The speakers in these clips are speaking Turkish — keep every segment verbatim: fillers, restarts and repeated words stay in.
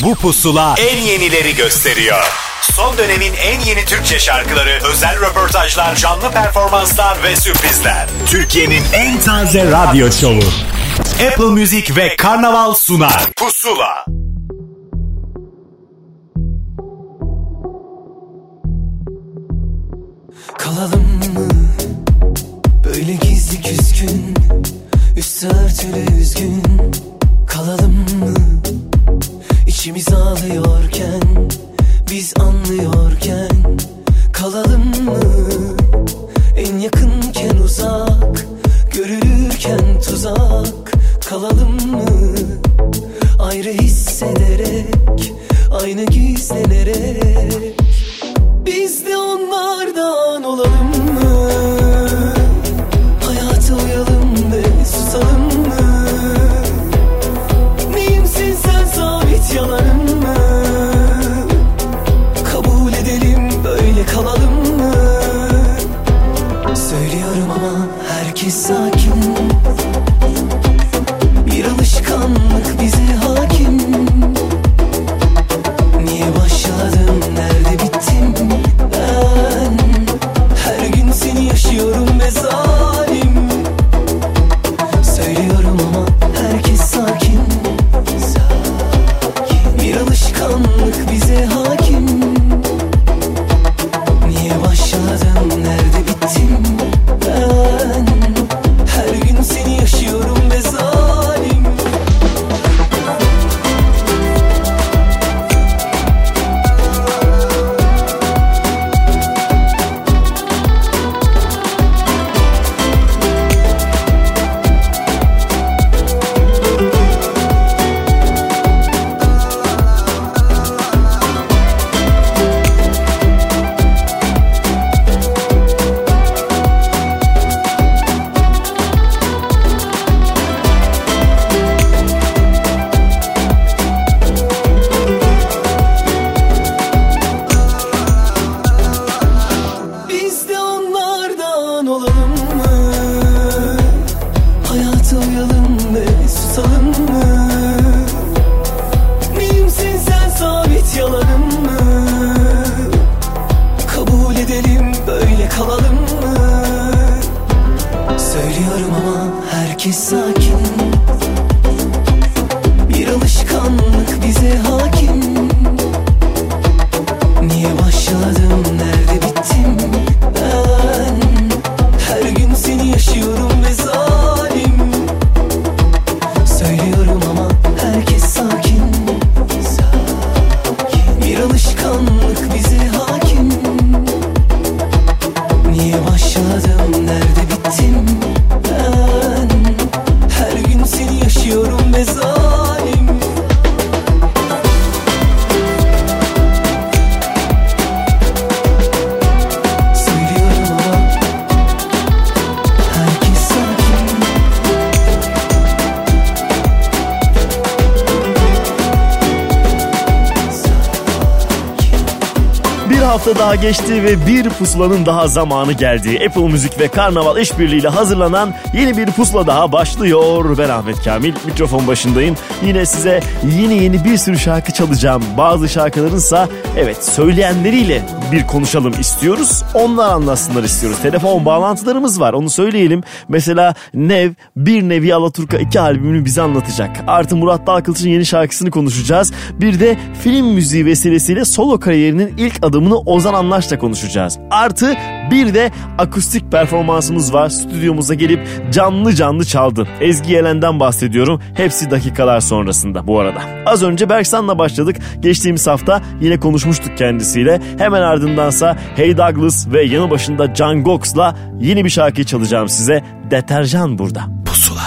Bu pusula en yenileri gösteriyor. Son dönemin en yeni Türkçe şarkıları, özel röportajlar, canlı performanslar ve sürprizler. Türkiye'nin en taze radyo şovu. Apple Music ve Karnaval sunar. Pusula. Kalalım mı böyle gizli küskün, üstü örtülü üzgün? Kalalım mı içimiz ağlıyorken, biz anlıyorken? Kalalım mı en yakınken uzak, görülürken tuzak? Kalalım mı ayrı hissederek, aynı gizlenerek? Biz de onlardan olalım mı? Hayata uyalım ve susalım mı? Neyimsin sen sabit yalanım mı? Kabul edelim böyle kalalım mı? Söylüyorum ama herkes sakin. Bir alışkanlık bize hakim. Niye başladım, nerede bittim ben? Her gün seni yaşıyorum ve zalim. Söylüyorum ama herkes sakin. Bir alışkanlık bize hakim. Niye başladım, nerede bittim ben? Her gün seni yaşıyorum ve zalim. Biz de onlardan olalım mı? Hayata uyalım ve susalım mı? Neyimsin sen sabit yalanım mı? Kabul edelim böyle kalalım mı? Söylüyorum ama herkes sakin. Bir alışkanlık bize hakim. Niye başladım, nerede bittim ben? Her gün seni yaşıyorum ve zalim. Söylüyorum ama herkes sakin. Bir alışkanlık bize hakim. Niye başladım, nerede bittim ben? Her gün seni yaşıyorum ve zalim. Söylüyorum ama herkes sakin. Bir hafta daha geçti ve bir pusulanın daha zamanı geldi. Apple Music ve Karnaval işbirliğiyle hazırlanan yeni bir pusula daha başlıyor. Ben Ahmet Kamil, mikrofon başındayım. Yine size yeni yeni bir sürü şarkı çalacağım. Bazı şarkılarınsa evet söyleyenleriyle bir konuşalım istiyoruz. Onlar anlatsınlar istiyoruz. Telefon bağlantılarımız var, onu söyleyelim. Mesela Nev, Bir Nevi Alaturka iki albümünü bize anlatacak. Artı Murat Dalkılıç'ın yeni şarkısını konuşacağız. Bir de film müziği vesilesiyle solo kariyerinin ilk adımını Ozan Anlaş'la konuşacağız. Artı bir de akustik performansımız var. Stüdyomuza gelip canlı canlı çaldı. Ezgi Yelen'den bahsediyorum. Hepsi dakikalar sonrasında bu arada. Az önce Berksan'la başladık. Geçtiğimiz hafta yine konuşmuştuk kendisiyle. Hemen ardındansa Hey Douglas ve yanı başında Can Gox'la yeni bir şarkıyı çalacağım size. Deterjan burada. Pusula.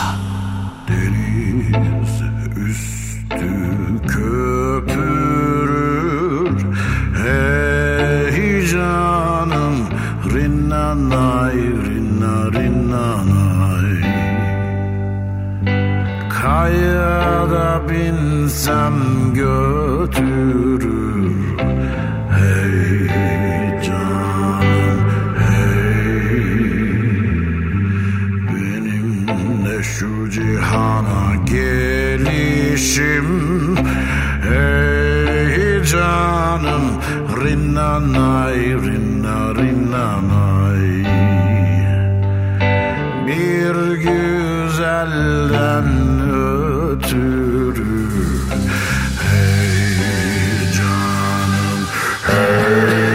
Deniz üstü köpürür, hey canım, rinnanay, rinna rinnanay. Kayada binsem götürür, hey canım, hey. Benim de şu cihana gelişim, hey canım rinnanay rinna rinnanay. Bir güzelden ötürü hey canım hey.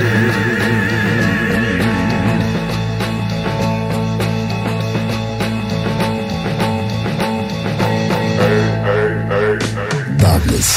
Douglas.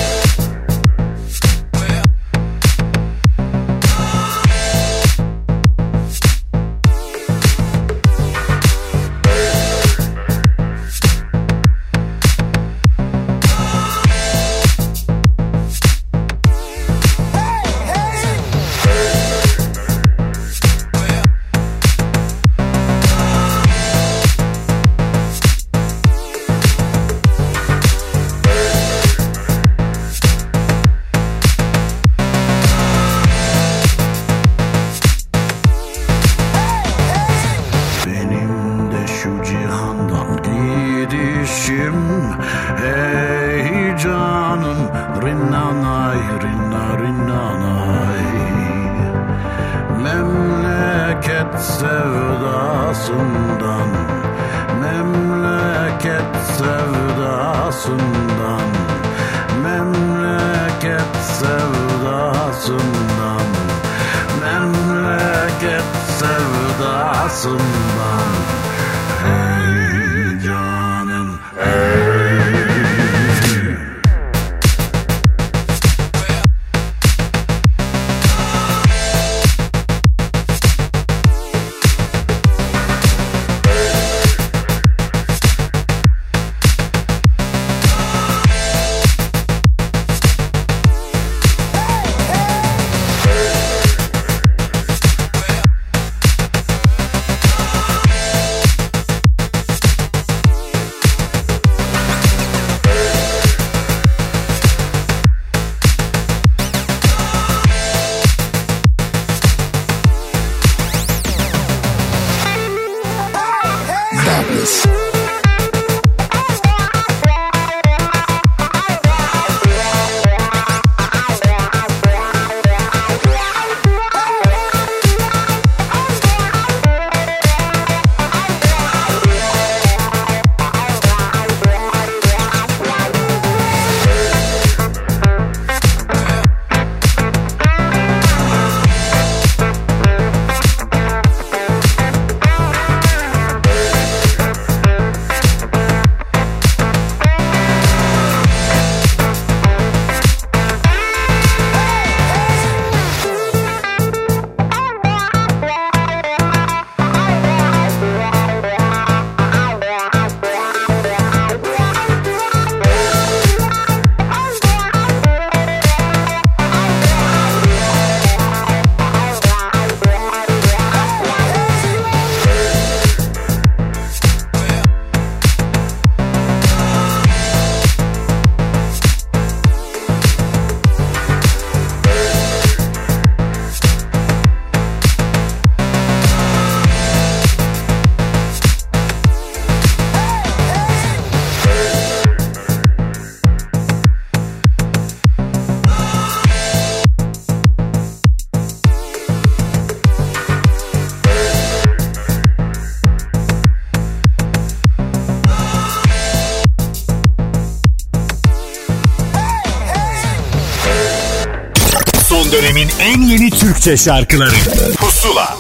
Dönemin en yeni Türkçe şarkıları Pusula.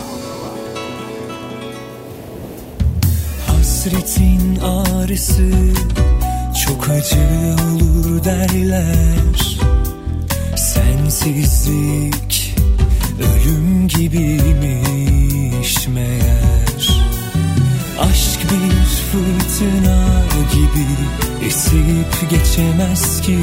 Hasretin ağrısı çok acı olur derler. Sensizlik ölüm gibiymiş meğer. Aşk bir fırtına gibi esip geçemez ki.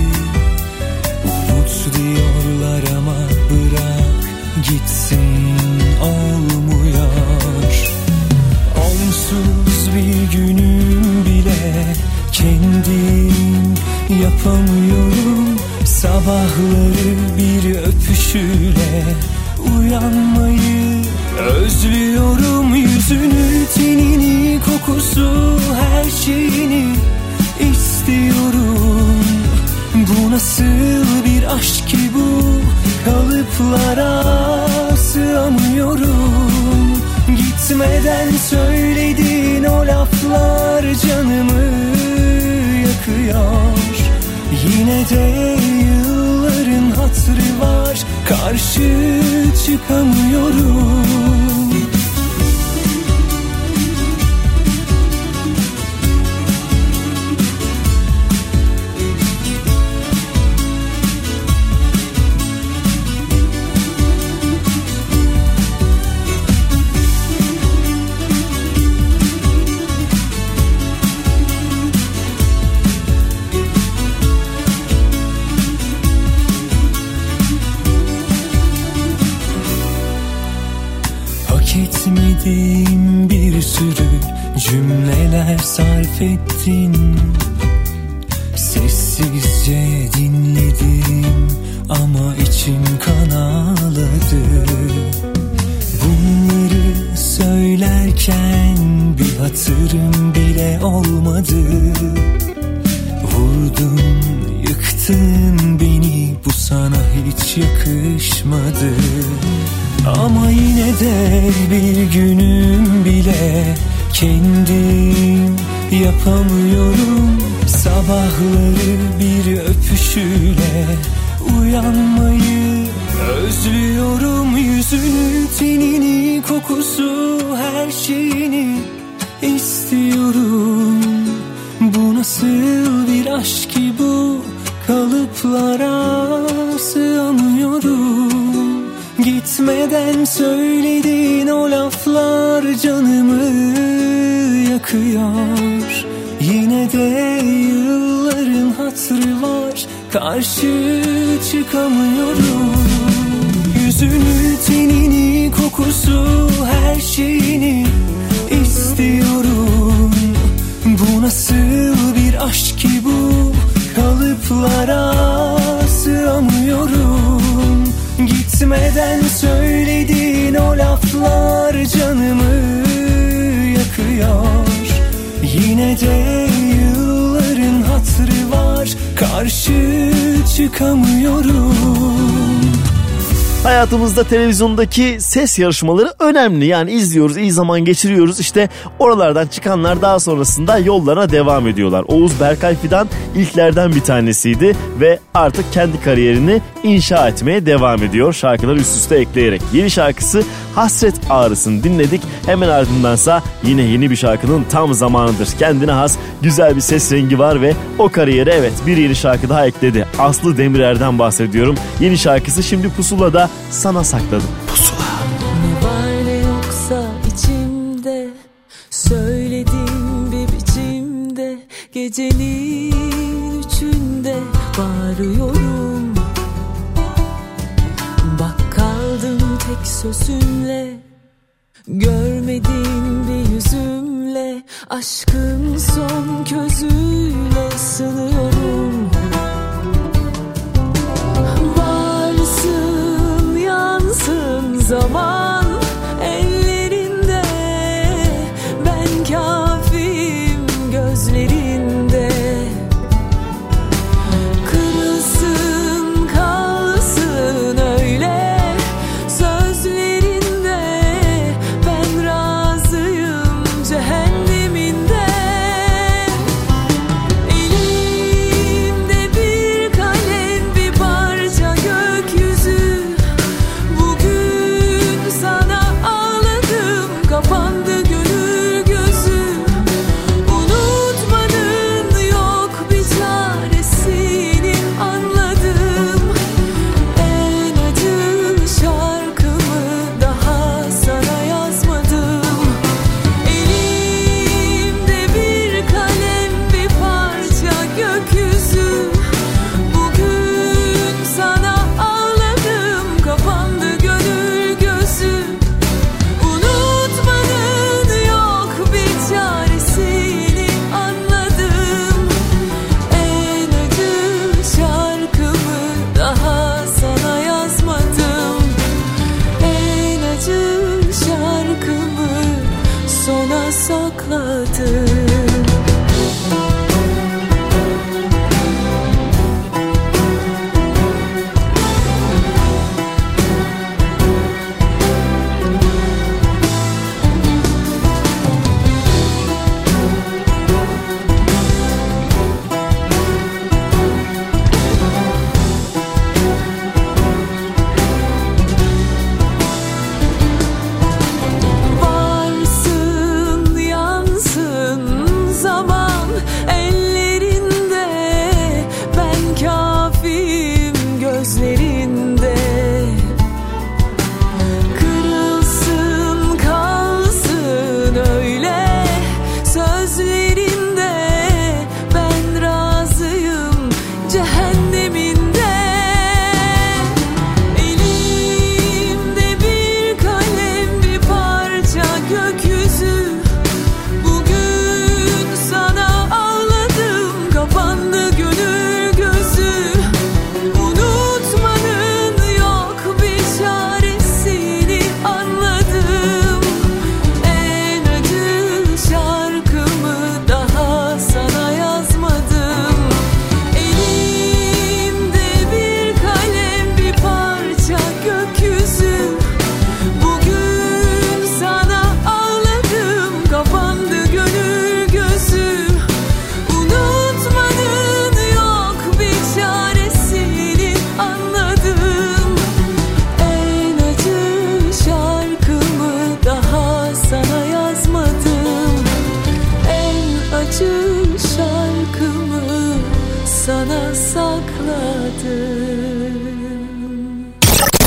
Umut diyorlar ama bırak gitsin olmuyor. Onsuz bir günüm bile kendim yapamıyorum. Sabahları bir öpüşüyle uyanmayı özlüyorum. Yüzünü, tenini, kokusu, her şeyini istiyorum. Bu nasıl bir aşk ki bu, kalıplara sığamıyorum. Gitmeden söylediğin o laflar canımı yakıyor. Yine de yılların hatırı var, karşı çıkamıyorum. Etmediğim bir sürü cümleler sarf ettin. Sessizce dinledim ama içim kan ağladı. Bunları söylerken bir hatırım bile olmadı. Vurdun, yıktın beni, bu sana hiç yakışmadı. Ama yine de bir günüm bile kendim yapamıyorum. Sabahları bir öpüşüyle uyanmayı özlüyorum. Yüzünü, tenini, kokusu, her şeyini istiyorum. Bu nasıl bir aşk ki bu, kalıplara sığamıyorum. Gitmeden söylediğin o laflar canımı yakıyor. Yine de yılların hatırı var, karşı çıkamıyorum. Yüzünü, tenini, kokusu, her şeyini istiyorum. Bu nasıl bir aşk ki bu, kalıplara sığamıyorum. Gitmeden söylediğin o laflar canımı yakıyor. Yine de yılların hatırı var, karşı çıkamıyorum. Hayatımızda televizyondaki ses yarışmaları önemli. Yani izliyoruz, iyi zaman geçiriyoruz. İşte oralardan çıkanlar daha sonrasında yollarına devam ediyorlar. Oğuz Berkay Fidan ilklerden bir tanesiydi ve artık kendi kariyerini inşa etmeye devam ediyor. Şarkıları üst üste ekleyerek. Yeni şarkısı Hasret Ağrısı'nı dinledik. Hemen ardındansa yine yeni bir şarkının tam zamanıdır. Kendine has güzel bir ses rengi var ve o kariyere evet bir yeni şarkı daha ekledi. Aslı Demirer'den bahsediyorum. Yeni şarkısı şimdi Pusula'da Sana Sakladım. Pusula. Ne var ne yoksa içimde, söylediğim bir biçimde, gecenin üçünde bağırıyorum. Bak kaldım tek sözünle, görmediğin bir yüzümle, aşkın son közüyle sınıyorum. Varsın yansın zaman ellerinde, ben kafiyim gözlerinde. Kırılsın kalsın öyle sözlerinde, ben razıyım cehenneminde. Elim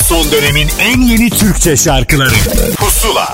Son dönemin en yeni Türkçe şarkıları Pusula.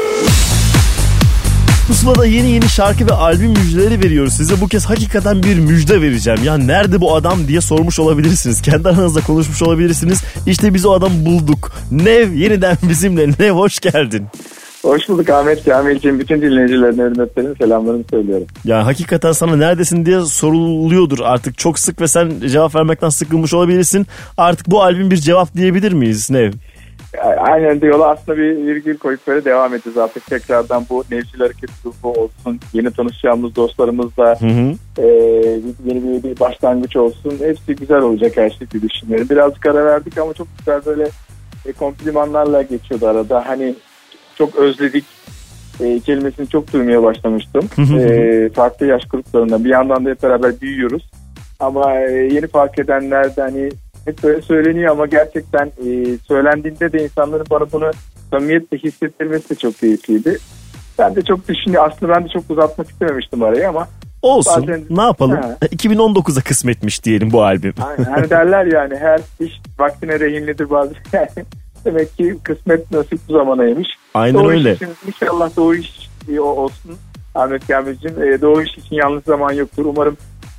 Pusula'da yeni yeni şarkı ve albüm müjdeleri veriyoruz size. Bu kez hakikaten bir müjde vereceğim. Ya nerede bu adam diye sormuş olabilirsiniz. Kendi aranızda konuşmuş olabilirsiniz. İşte biz o adamı bulduk. Nev yeniden bizimle. Nev hoş geldin. Hoş bulduk Ahmet Kamil'ciğim. Bütün dinleyicilerine hürmetlerimi, selamlarımı söylüyorum. Ya hakikaten sana neredesin diye soruluyordur artık çok sık ve sen cevap vermekten sıkılmış olabilirsin. Artık bu albüm bir cevap diyebilir miyiz Nev? Aynen de yola aslında bir virgül koyup böyle devam edeceğiz artık. Tekrardan bu Nevşehir Hareket Grubu olsun, yeni tanışacağımız dostlarımızla hı hı. E, yeni bir, bir başlangıç olsun. Hepsi güzel olacak her şey diye düşünüyorum. Birazcık ara verdik ama çok güzel böyle e, komplimanlarla geçiyordu arada. Hani çok özledik e, kelimesini çok duymaya başlamıştım. e, farklı yaş gruplarında bir yandan da hep beraber büyüyoruz. Ama e, yeni fark edenler de hani hep böyle söyleniyor ama gerçekten e, söylendiğinde de insanların bana bunu samimiyetle hissettirmesi de çok keyifliydi. Ben de çok düşünüyorum. Aslında ben de çok uzatmak istememiştim arayı ama olsun. Bazen, ne yapalım? Ha. iki bin on dokuza kısmetmiş diyelim bu albüm. Aynen. Hani derler yani her iş vaktine rehinlidir bazı. Demek ki kısmet nasip bu zamanaymış. Aynen doğru öyle. Için, inşallah doğru iş olsun Ahmet Kamil'cim. E, doğru iş için yalnız zaman yoktur. Umarım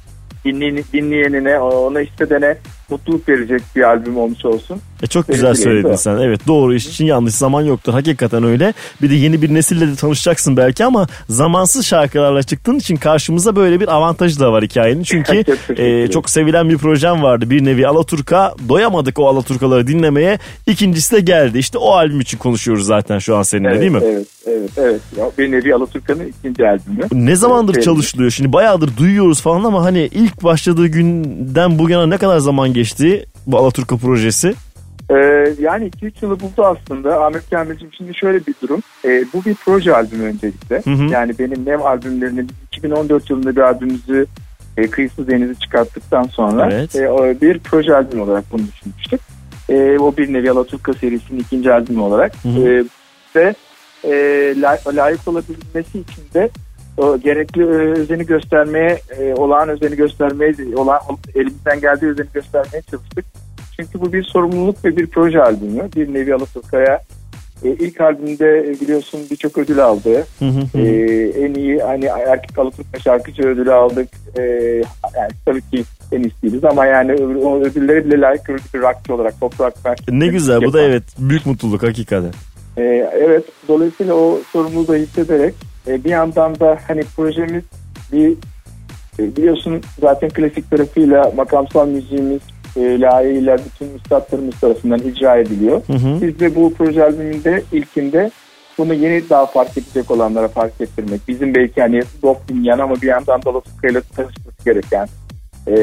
dinleyenine, ona hissedene mutluluk verecek bir albüm olmuş olsun. E çok güzel Benim söyledin sen. Evet, doğru iş için yanlış zaman yoktur. Hakikaten öyle. Bir de yeni bir nesille de tanışacaksın belki ama zamansız şarkılarla çıktığın için karşımıza böyle bir avantajı da var hikayenin. Çünkü e, çok sevilen bir projem vardı. Bir nevi Alaturka. Doyamadık o Alaturkaları dinlemeye. İkincisi de geldi. İşte o albüm için konuşuyoruz zaten şu an seninle evet, değil mi? Evet, evet, evet. Ya, bir nevi Alaturka'nın ikinci albümü. Ne zamandır evet, çalışılıyor? Şimdi bayağıdır duyuyoruz falan ama hani ilk başladığı günden bu yana ne kadar zaman geçti bu Alaturka projesi? Ee, yani iki üç yılı buldu aslında Ahmet Kamil'cim. Şimdi şöyle bir durum. Ee, bu bir proje albümü öncelikle. Hı hı. Yani benim Nev albümlerini iki bin on dört yılında bir albümümüzü e, Kıyısız Deniz'i çıkarttıktan sonra evet. e, bir proje albüm olarak bunu düşünmüştük. E, o bir nevi Alaturka serisinin ikinci albümü olarak. Hı hı. E, ve e, layık olabilmesi için de o gerekli özeni göstermeye, e, olağan özeni göstermeye, olağan, elimizden geldiği özeni göstermeye çalıştık. Çünkü bu bir sorumluluk ve bir proje albümü. Bir nevi Alaturka'ya e, ilk albümde biliyorsun birçok ödül aldı. Hı hı. E, en iyi hani erkek Alaturka şarkıcı ödülü aldık. E, yani tabii ki en iyisiyiz ama yani o ödülleri bile layık gördük bir rockçı olarak. Pop rock. Ne güzel bu da evet büyük mutluluk hakikaten. E, evet dolayısıyla o sorumluluğu da hissederek e, bir yandan da hani projemiz bir e, biliyorsun zaten klasik tarafıyla makamsal müziğimiz E, layığıyla bütün üstadlarımız tarafından icra ediliyor. Hı hı. Biz de bu proje albümünde ilkinde bunu yeni daha fark edecek olanlara fark ettirmek. Bizim belki hani rock dinleyen ama bir yandan da Alaturka'yla tanışması gereken e,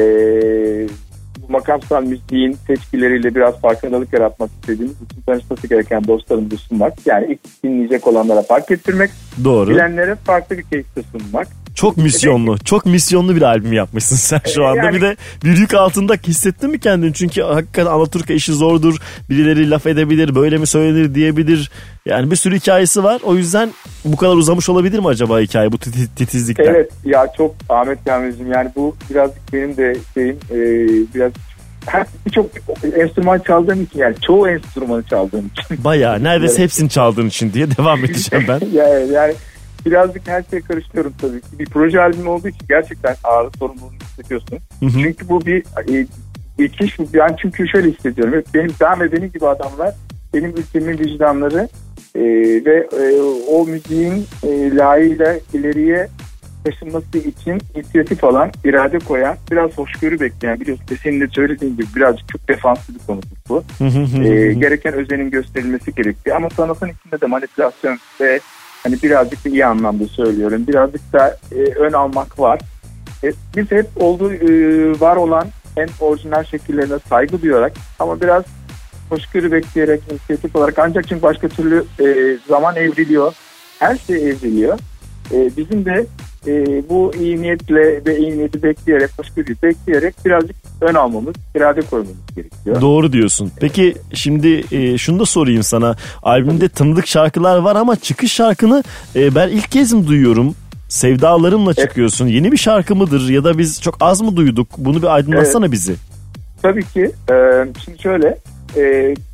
bu makamsal müziğin seçkileriyle biraz farkındalık yaratmak istediğimiz için tanışması gereken dostlarımızı sunmak. Yani ilk dinleyecek olanlara fark ettirmek. Doğru. Bilenlere farklı bir keyifte sunmak. Çok misyonlu, çok misyonlu bir albüm yapmışsın sen şu anda. Yani, bir de bir yük altında hissettin mi kendini? Çünkü hakikaten Alaturka işi zordur. Birileri laf edebilir, böyle mi söylenir diyebilir. Yani bir sürü hikayesi var. O yüzden bu kadar uzamış olabilir mi acaba hikaye bu titizlikten? Evet ya çok Ahmet Kamil'cim yani bu birazcık benim de şeyim e, biraz birçok enstrüman çaldığım için yani çoğu enstrümanı çaldığım için. Bayağı neredeyse evet. Hepsini çaldığın için diye devam edeceğim ben. yani, yani birazcık her şeye karıştırıyorum tabii ki. Bir proje albümü olduğu için gerçekten ağır sorumluluğunu hissediyorsun. Hı hı. Çünkü bu bir e, geçiş. Ben çünkü şöyle hissediyorum. Benim daha ve benim gibi adamlar benim ülkemin vicdanları e, ve e, o müziğin e, layığıyla ileriye taşınması için inisiyatif alan, irade koyan, biraz hoşgörü bekleyen biliyorsun de senin de söylediğin gibi birazcık çok defanslı bir konudur bu. e, gereken özenin gösterilmesi gerektiği ama sanatın içinde de manipülasyon ve hani birazcık da iyi anlamda söylüyorum. Birazcık da e, ön almak var. E, biz hep olduğu e, var olan en orijinal şekillerine saygı duyarak ama biraz hoşgörü bekleyerek, inisiyatif olarak ancak çünkü başka türlü e, zaman evriliyor. Her şey evriliyor. E, bizim de e, bu iyi niyetle ve iyi niyeti bekleyerek, hoşgörüyü bekleyerek birazcık ön almamız, irade koymamız gerekiyor. Doğru diyorsun. Peki şimdi e, şunu da sorayım sana. Albümde tanıdık şarkılar var ama çıkış şarkını e, ben ilk kez mi duyuyorum? Sevdalarımla çıkıyorsun. Evet. Yeni bir şarkı mıdır ya da biz çok az mı duyduk? Bunu bir aydınlatsana evet. bizi. Tabii ki. E, şimdi şöyle e,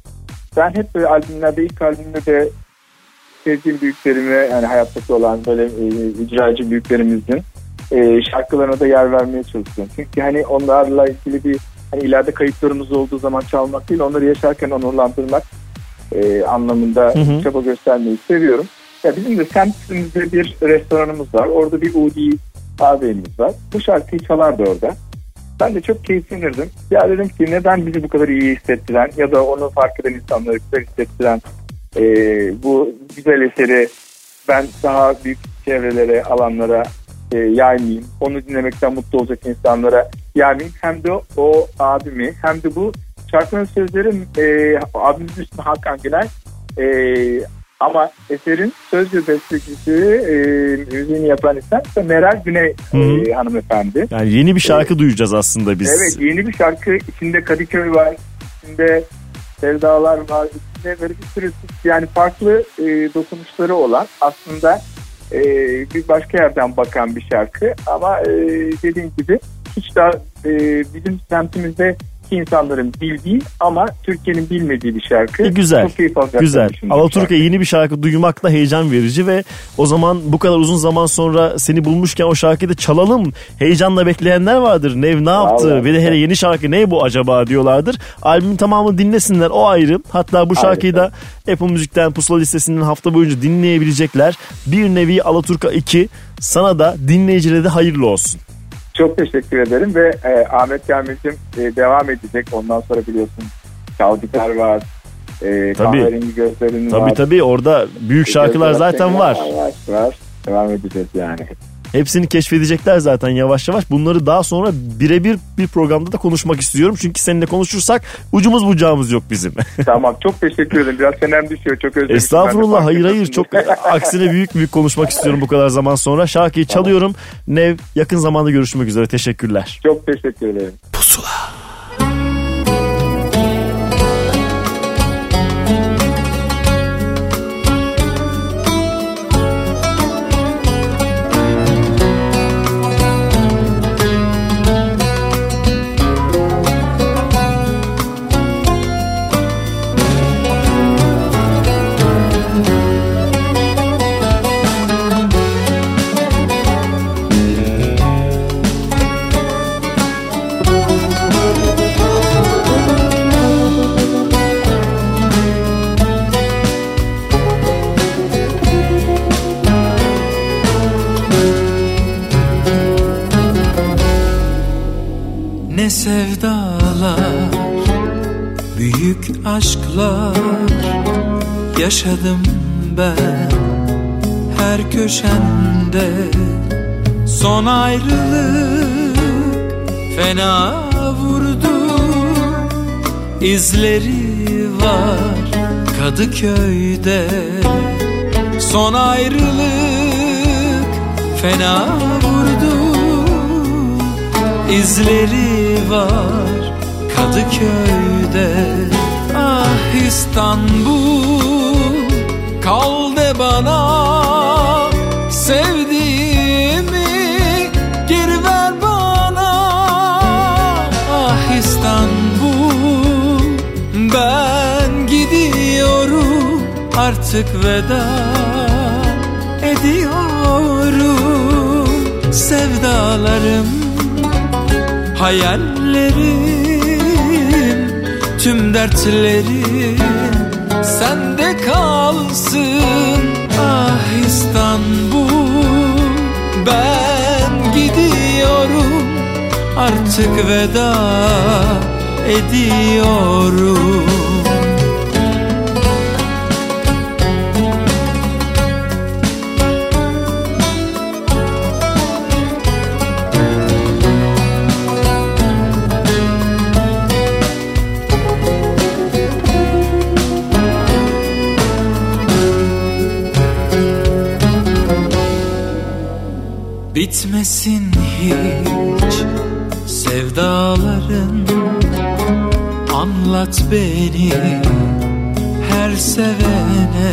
ben hep böyle albümlerde, ilk albümde de sevdiğim büyüklerime, yani hayattaki olan böyle e, icracı büyüklerimizin e, şarkılarına da yer vermeye çalışıyorum. Çünkü hani onlarla ilgili bir hani ileride kayıtlarımız olduğu zaman çalmak değil, onları yaşarken onurlandırmak e, anlamında hı hı. çaba göstermeyi seviyorum. Ya bizim de semtimizde bir restoranımız var. Orada bir Udi ağabeyimiz var. Bu şarkıyı çalardı orada. Ben de çok keyiflenirdim. Ya dedim ki neden bizi bu kadar iyi hissettiren ya da onu fark eden insanları güzel hissettiren e, bu güzel eseri ben daha büyük çevrelere, alanlara e, yaymayayım. Onu dinlemekten mutlu olacak insanlara yaymayayım. Hem de o abimi hem de bu şarkının sözleri e, abimizin ismi Hakan Günay. E, Ama eserin söz ve bestecisi, e, müziğini yapan insan ise Meral Güney e, hanımefendi. Yani yeni bir şarkı ee, duyacağız aslında biz. Evet, yeni bir şarkı. İçinde Kadıköy var, içinde Sevdalar var, içinde böyle bir sürü yani farklı e, dokunuşları olan aslında e, bir başka yerden bakan bir şarkı. Ama e, dediğim gibi hiç daha e, bizim semtimizde insanların bildiği ama Türkiye'nin bilmediği bir şarkı. E güzel. Güzel. Alaturka yeni bir şarkı duymak da heyecan verici ve o zaman bu kadar uzun zaman sonra seni bulmuşken o şarkıyı da çalalım. Heyecanla bekleyenler vardır. Nev ne yaptı? Vallahi. Ve de hele yeni şarkı ne bu acaba diyorlardır. Albümün tamamını dinlesinler, o ayrı. Hatta bu şarkıyı da Apple Müzik'ten Pusula listesinden hafta boyunca dinleyebilecekler. Bir nevi Alaturka iki. Sana da dinleyicilere de hayırlı olsun. Çok teşekkür ederim ve e, Ahmet Kamil'cim e, devam edecek. Ondan sonra biliyorsun Çalgılar var. E, kahverengi gözlerin tabii, var. Tabii tabii orada büyük şarkılar zaten var. Var, var. Devam edeceğiz yani. Hepsini keşfedecekler zaten yavaş yavaş. Bunları daha sonra birebir bir programda da konuşmak istiyorum. Çünkü seninle konuşursak ucumuz bucağımız yok bizim. Tamam, çok teşekkür ederim. Biraz senem düşüyor. Çok özledim. Estağfurullah, hayır hayır. Çok aksine büyük büyük konuşmak istiyorum bu kadar zaman sonra. Şarkıyı tamam. Çalıyorum. Nev, yakın zamanda görüşmek üzere. Teşekkürler. Çok teşekkür ederim. Pusula. Ne sevdalar, büyük aşklar yaşadım ben her köşemde. Son ayrılık fena vurdu, izleri var Kadıköy'de. Son ayrılık fena vurdu, İzleri var Kadıköy'de. Ah İstanbul, kal de bana, sevdiğimi geri ver bana. Ah İstanbul, ben gidiyorum, artık veda ediyorum. Sevdalarım, hayallerim, tüm dertlerim sende kalsın. Ah İstanbul, ben gidiyorum, artık veda ediyorum. Bitmesin hiç sevdaların, anlat beni her sevene.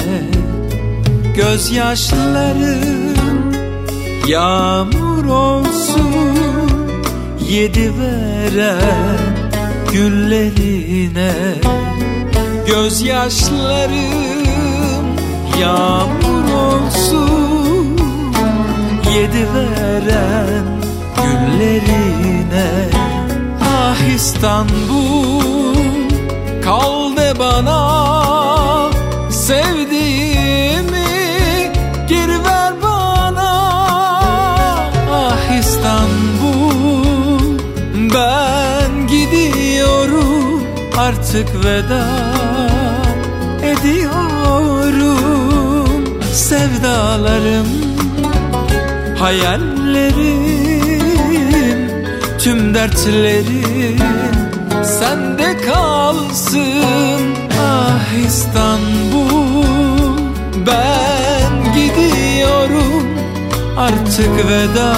Gözyaşlarım yağmur olsun, yedi veren güllerine. Gözyaşlarım yağmur olsun, yedi veren güllerine. Ah İstanbul, kal de bana, sevdiğimi geri ver bana. Ah İstanbul, ben gidiyorum, artık veda ediyorum. Sevdalarım, hayallerim, tüm dertlerim sende kalsın. Ah İstanbul, ben gidiyorum, artık veda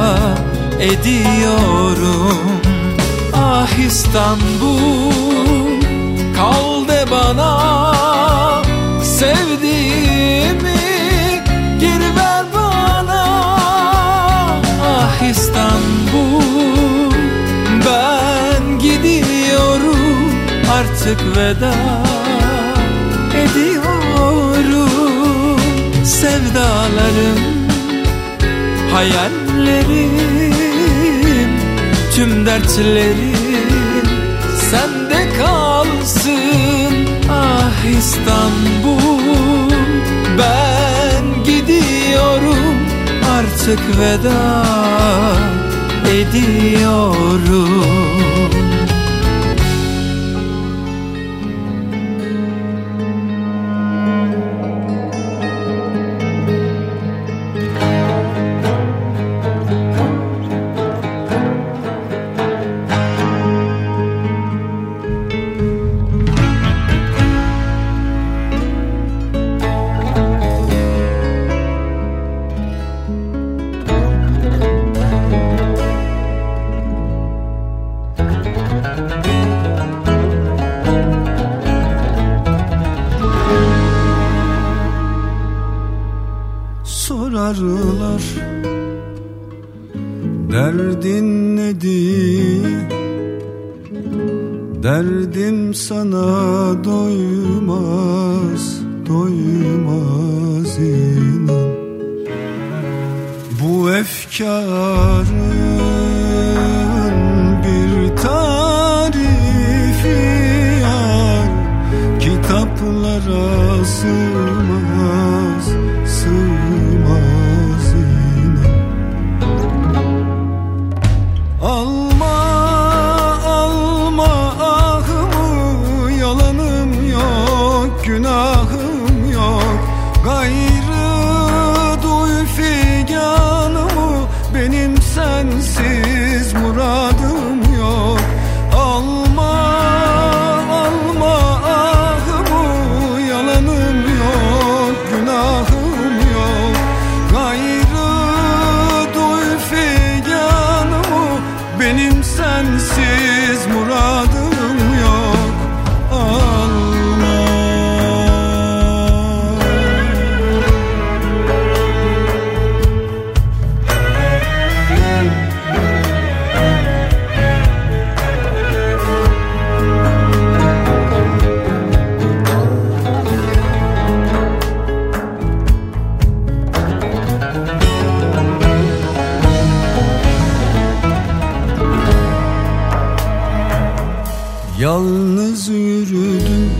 ediyorum. Ah İstanbul, kal de bana, sevdiğimi geri ver bana. Ah İstanbul, ben gidiyorum, artık veda ediyorum. Sevdalarım, hayallerim, tüm dertlerim sende kalsın. Ah İstanbul, ben gidiyorum, artık veda ediyorum. Sorarlar, derdin nedir? Derdim sana doymaz, doymaz inan. Bu efkarın bir tarifi yar, kitaplara sığmaz, sığmaz inan. Alma, alma ahımı, yalanım yok, günahım yok. Gayrı duy figanımı, benim sensiz muradım yok. Alma, alma ahımı, yalanım yok, günahım yok. Gayrı duy figanımı, benim sensiz muradım yok. Alma. Yalnız yürüdüm,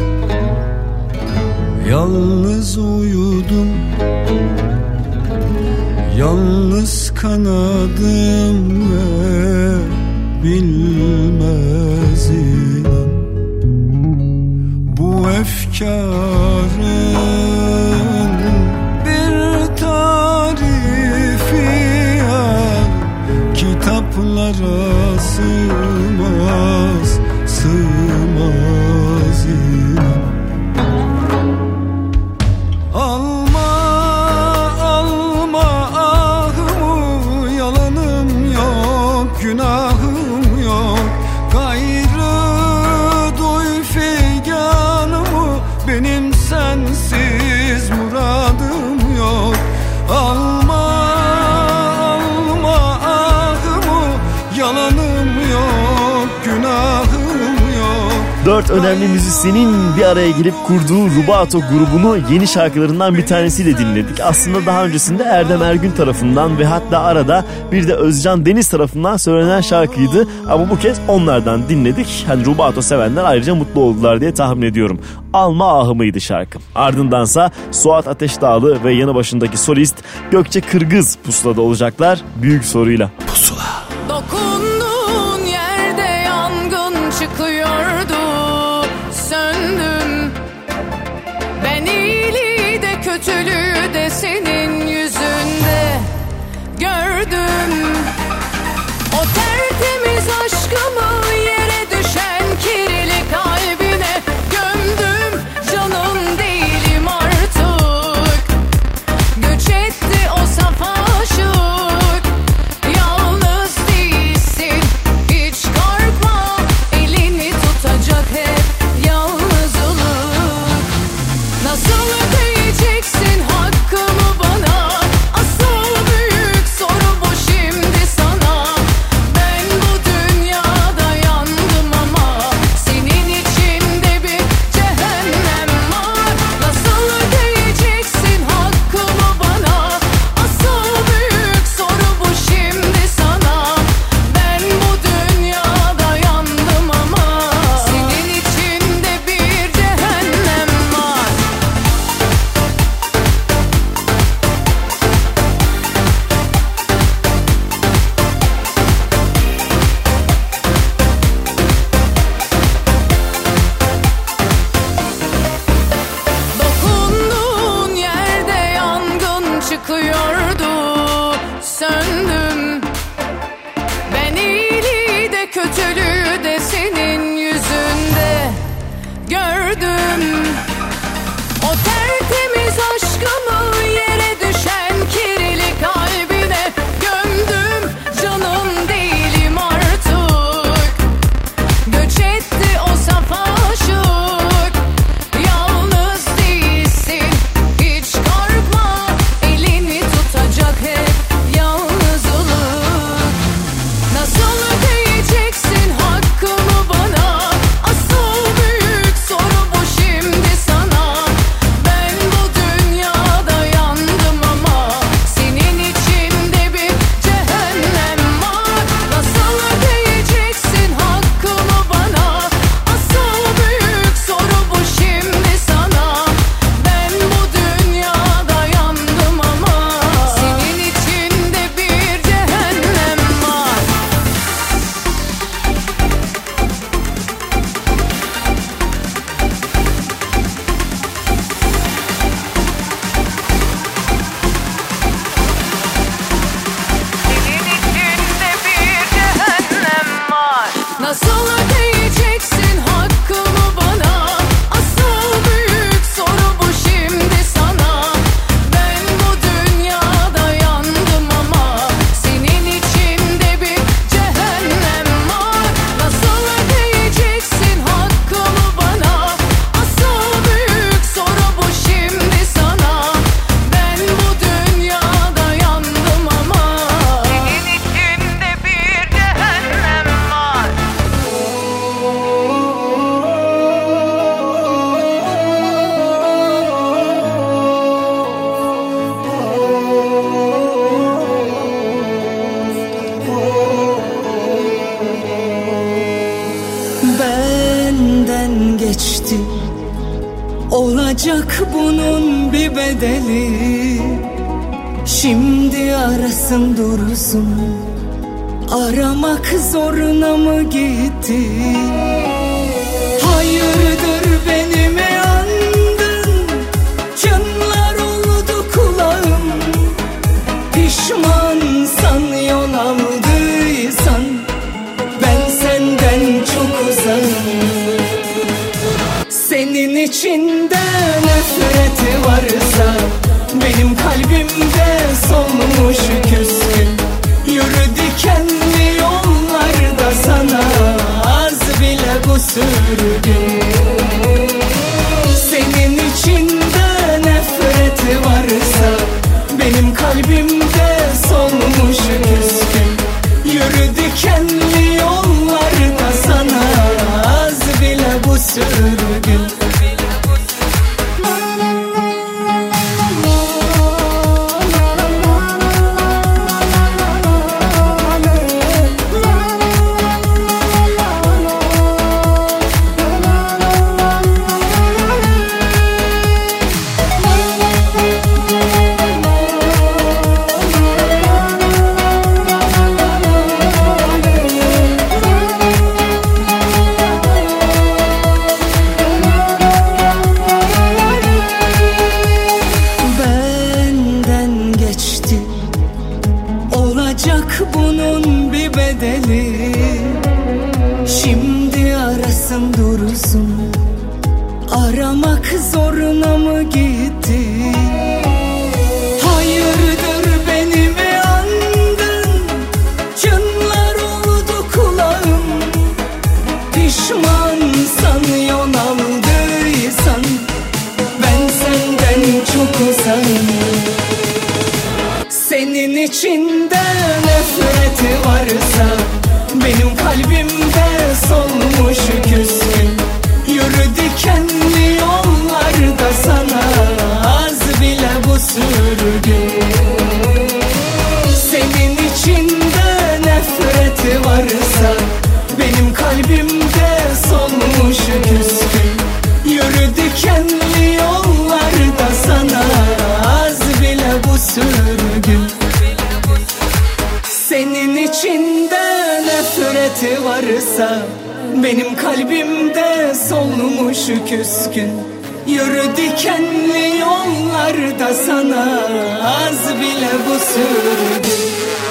yalnız uyudum, yalnız kanadım ve bilmez inan. Bu efkarın bir tarifi var, kitaplara sığmaz, sığmaz inan. Alma, alma ahımı, yalanım yok, günahım yok. Gayrı duy figanımı, benim Dört önemli müzisyenin bir araya gelip kurduğu Rubato grubunu yeni şarkılarından bir tanesiyle dinledik. Aslında daha öncesinde Erdem Ergün tarafından ve hatta arada bir de Özcan Deniz tarafından söylenen şarkıydı. Ama bu kez onlardan dinledik. Hani Rubato sevenler ayrıca mutlu oldular diye tahmin ediyorum. Alma Ahımıydı şarkı. Ardındansa Suat Ateşdağlı ve yanı başındaki solist Gökçe Kırgız pusulada olacaklar büyük soruyla. Pusula. Dokunduğun yerde yangın çıkıyordu, söndüm. Ben iyiliği de kötülüğü de senin yüzünde gördüm. O tertemiz aşkımı yere düşen kirli kalbine gömdüm. Canım değilim artık, göç etti o saf aşık. Yalnız değilsin, hiç korkma, elini tutacak hep yalnızlık. Nasıl ödeyeceksin hakkımı bana? Asıl büyük soru bu şimdi sana. Ben bu dünyada yandım ama senin içinde bir cehennem var. Nasıl ödeyeceksin hakkımı bana? Asıl büyük soru bu şimdi sana. Ben bu dünyada yandım ama senin içinde bir cehennem var. Dokunduğun yerde yangın çıkıyordu, söndüm. Ben iyiliği de kötülüğü de senin yüzünde gördüm. O tertemiz aşkımı yere düşen kirli kalbine gömdüm. Canım değilim artık, göç etti o saf aşık. Yalnız değilsin, hiç korkma, elini tutacak hep yalnızlık. Nasıl ödeyeceksin hakkımı bana? Asıl büyük soru bu şimdi sana. Ben bu dünyada yandım ama senin içinde bir cehennem var. Nasıl ödeyeceksin hakkımı bana? Asıl büyük soru bu şimdi sana. Ben bu dünyada yandım ama senin içinde bir cehennem var. Senin içinde bir cehennem var. Nasıl ödeyeceksin hakkımı bana? Asıl büyük soru bu şimdi sana. Ben bu dünyada yandım ama senin içinde bir cehennem var. Nasıl ödeyeceksin hakkımı bana? Asıl büyük soru bu şimdi sana. Ben bu dünyada yandım ama senin içinde bir cehennem var. Benden geçti. Olacak bunun bir bedeli. Şimdi arasın dursun. Aramak zoruna mı gitti? Hayırdır beni mi andın? Çınlar oldu kulağım. Pişmansan yol aldıysan ben senden çok uzağım. Senin içinde nefreti varsa benim kalbimde solmuş küskün. Yürü dikenli yollarda sana az bile bu sürgün. Senin içinde nefreti varsa benim kalbimde solmuş küskün. Yürü dikenli yollarda sana az bile bu sürgün. Benim kalbimde solmuş küskün. Yürü dikenli yollarda sana az bile bu sürgün.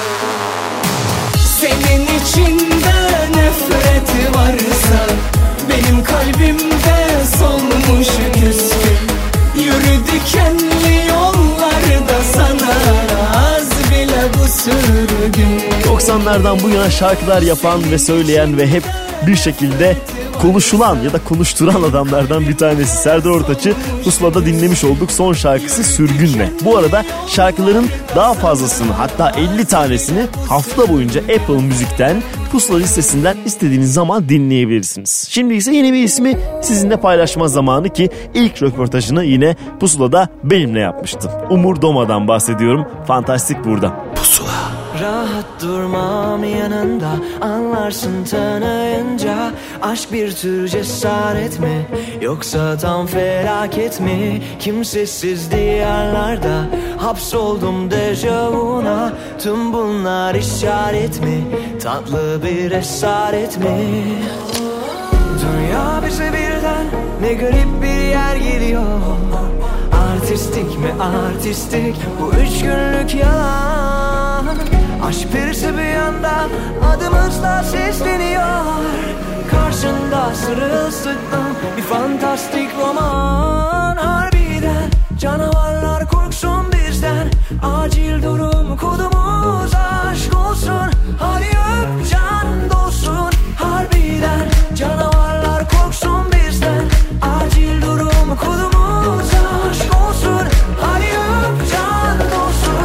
Senin içinde nefreti varsa benim kalbimde solmuş küskün. Yürü dikenli yollarda sana az bile bu sürgün. doksanlardan bu yana şarkılar yapan ve söyleyen ve hep bir şekilde konuşulan ya da konuşturan adamlardan bir tanesi Serdar Ortaç'ı Pusula'da dinlemiş olduk. Son şarkısı Sürgün'le. Bu arada şarkıların daha fazlasını, hatta elli tanesini hafta boyunca Apple Müzik'ten, Pusula listesinden istediğiniz zaman dinleyebilirsiniz. Şimdi ise yeni bir ismi sizinle paylaşma zamanı ki ilk röportajını yine Pusula'da benimle yapmıştım. Umur Doma'dan bahsediyorum. Fantastik burada. Pusula. Rahat durmam yanında, anlarsın tanıyınca. Aşk bir tür cesaret mi, yoksa tam felaket mi? Kimsesiz diyarlarda hapsoldum dejavuna. Tüm bunlar işaret mi, tatlı bir esaret mi? Dünya bize birden ne garip bir yer geliyor. Artistik mi artistik bu üç günlük yalan. Aşk perisi bir yanda adımızla sesleniyor. Karşında sırılsıklam bir fantastik roman. Harbiden canavarlar korksun bizden. Acil durum kodumuz aşk olsun. Hadi öp can dolsun. Harbiden canavarlar korksun bizden. Acil durum kodumuz aşk olsun. Hadi öp can dolsun.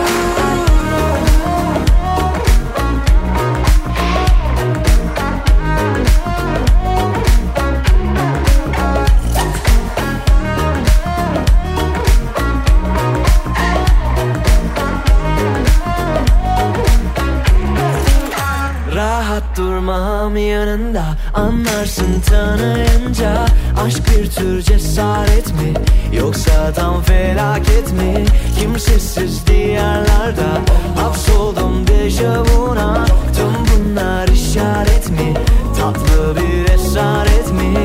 Rahat durmam yanında, anlarsın tanıyınca. Aşk bir tür cesaret mi, yoksa tam felaket mi? Kimsesiz diyarlarda hapsoldum dejavuna. Tüm bunlar işaret mi, tatlı bir esaret mi?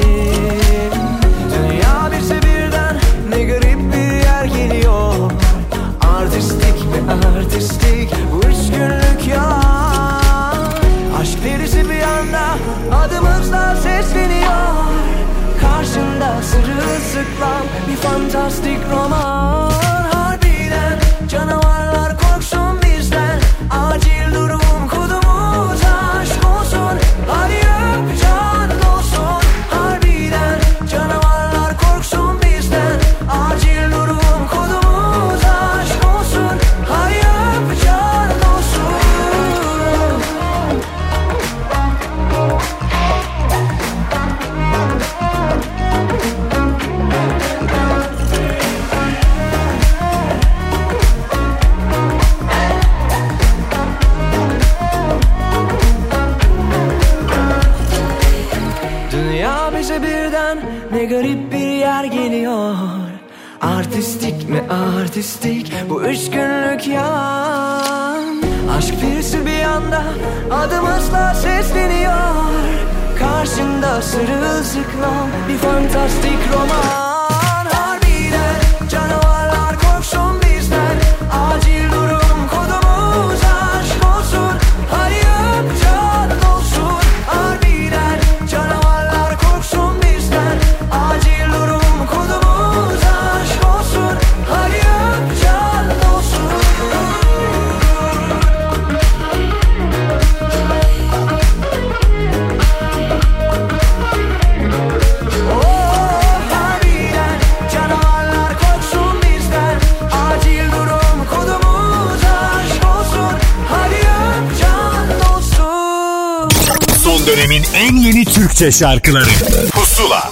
Dünya bize birden ne garip bir yer geliyor. Artistik mi artistik bu üç günlük yalan. Aşk perisi bir anda adımızla sesleniyor. Karşında sırılsıklam bir fantastik roman. Harbiden canavarlar korksun bizden. Acil durum kodumuz aşk olsun. Hadi öp can dolsun. birden ne garip bir yer geliyor. Artistik mi artistik bu üç günlük yalan. Aşk birisi bir anda adımızla sesleniyor. Karşında sırılsıklam bir fantastik roman. Harbiden canavarlar korksun bizden. Acil durum kodumuz aşk olsun. Hadi öp can olsun. Harbiden canavarlar korksun bizden. Acil durum kodumuz aşk olsun. Hadi öp can olsun. Son dönemin en yeni Türkçe şarkıları Pusula.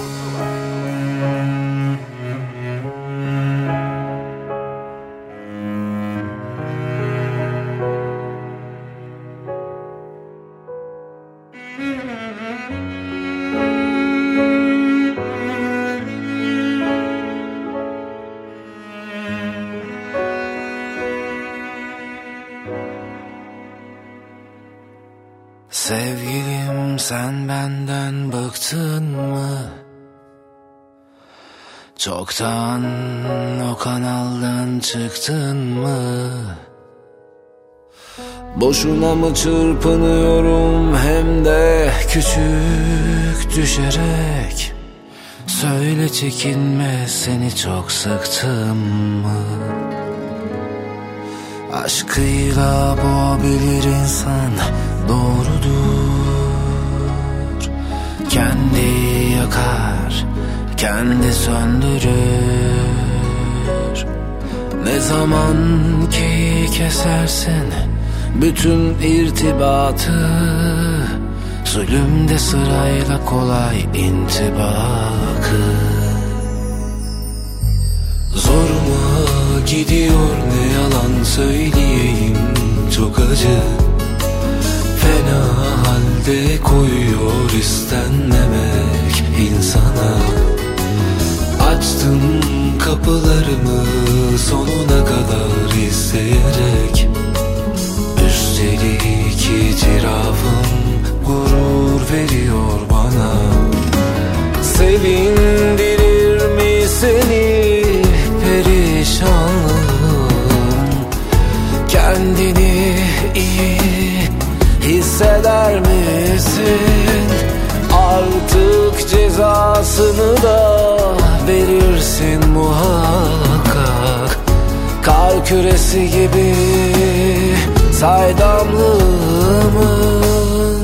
Sevgilim sen benden bıktın mı? Çoktan o kanaldan çıktın mı? Boşuna mı çırpınıyorum hem de küçük düşerek? Söyle çekinme seni çok sıktım mı? Aşkıyla boğabilir insan doğrudur. Kendi yakar, kendi söndürür. Ne zaman ki kesersin bütün irtibatı, zulümde sırayla kolay intibakı. Zoruma gidiyor ne yalan söyleyeyim çok acı. Fena halde koyuyor istenmemek insana. Açtım kapılarımı sonuna kadar isteyerek. Üstelik itirafım gurur veriyor bana. Sevindirir mi seni perişanlığım? Kendini iyi hisseder misin? Artık cezasını da verirsin muhakkak. Kar küresi gibi saydamlığımın.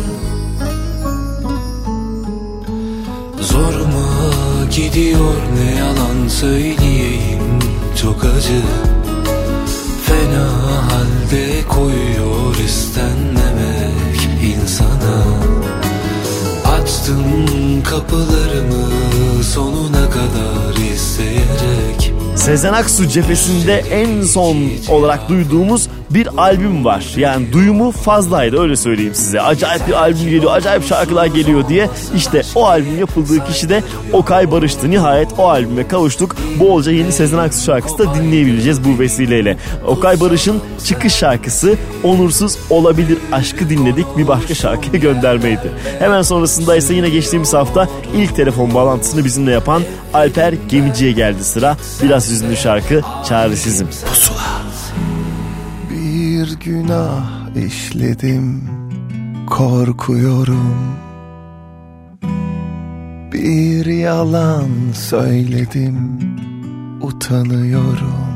Zoruma gidiyor ne yalan söyleyeyim çok acı. Fena halde koyuyor istenmemek insana. Açtım kapılarımı sonuna kadar isteyerek. Sezen Aksu cephesinde en son olarak duyduğumuz bir albüm var. Yani duyumu fazlaydı, öyle söyleyeyim size. Acayip bir albüm geliyor, acayip şarkılar geliyor diye. İşte o albüm yapıldığı kişi de Okay Barış'tı. Nihayet o albüme kavuştuk. Bolca yeni Sezen Aksu şarkısı da dinleyebileceğiz bu vesileyle. Okay Barış'ın çıkış şarkısı Onursuz Olabilir Aşkı dinledik. Bir başka şarkıya göndermeydi. Hemen sonrasında ise yine geçtiğimiz hafta ilk telefon bağlantısını bizimle yapan Alper Gemici'ye geldi sıra. Biraz hüzünlü şarkı Çaresizim. Pusula. Bir günah işledim, korkuyorum. Bir yalan söyledim, utanıyorum.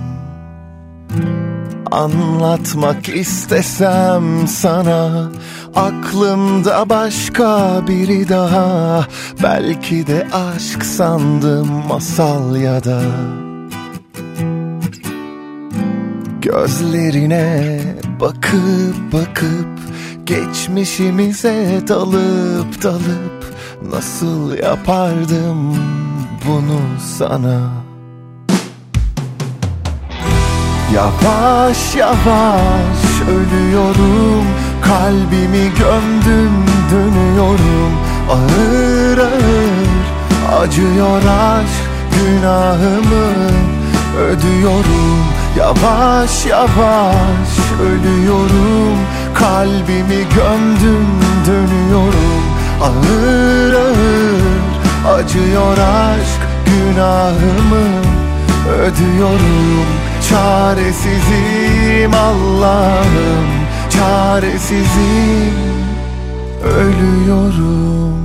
Anlatmak istesem sana, aklımda başka biri daha. Belki de aşk sandım masal ya da. Gözlerine bakıp bakıp geçmişimize dalıp dalıp nasıl yapardım bunu sana? Yavaş yavaş ölüyorum, kalbimi gömdüm dönüyorum. Ağır ağır Acıyor aşk günahımı ödüyorum. Yavaş yavaş ölüyorum. Kalbimi gömdüm dönüyorum. Ağır ağır acıyor aşk günahımı ödüyorum. Çaresizim Allah'ım, çaresizim, ölüyorum.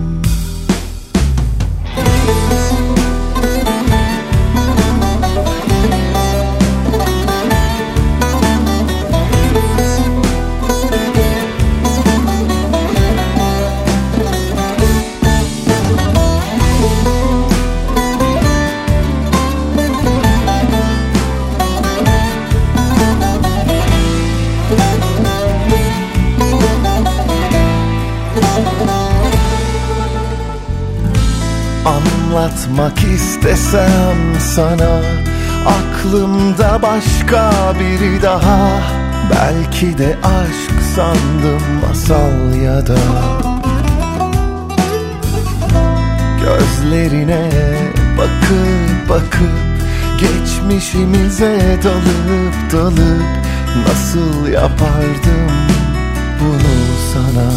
Anlatmak istesem sana, aklımda başka biri daha. Belki de aşk sandım masal ya da. Gözlerine bakıp bakıp geçmişimize dalıp dalıp nasıl yapardım bunu sana.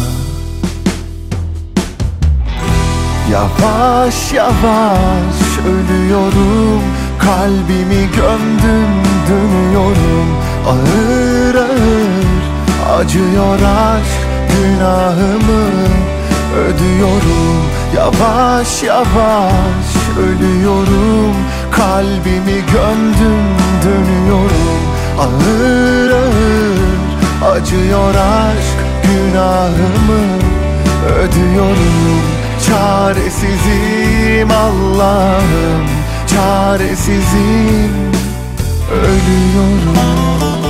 Yavaş yavaş ölüyorum. Kalbimi gömdüm dönüyorum. Ağır ağır acıyor aşk günahımı ödüyorum. Yavaş yavaş ölüyorum. Kalbimi gömdüm dönüyorum. Ağır ağır acıyor aşk günahımı ödüyorum. Çaresizim Allah'ım, çaresizim, ölüyorum.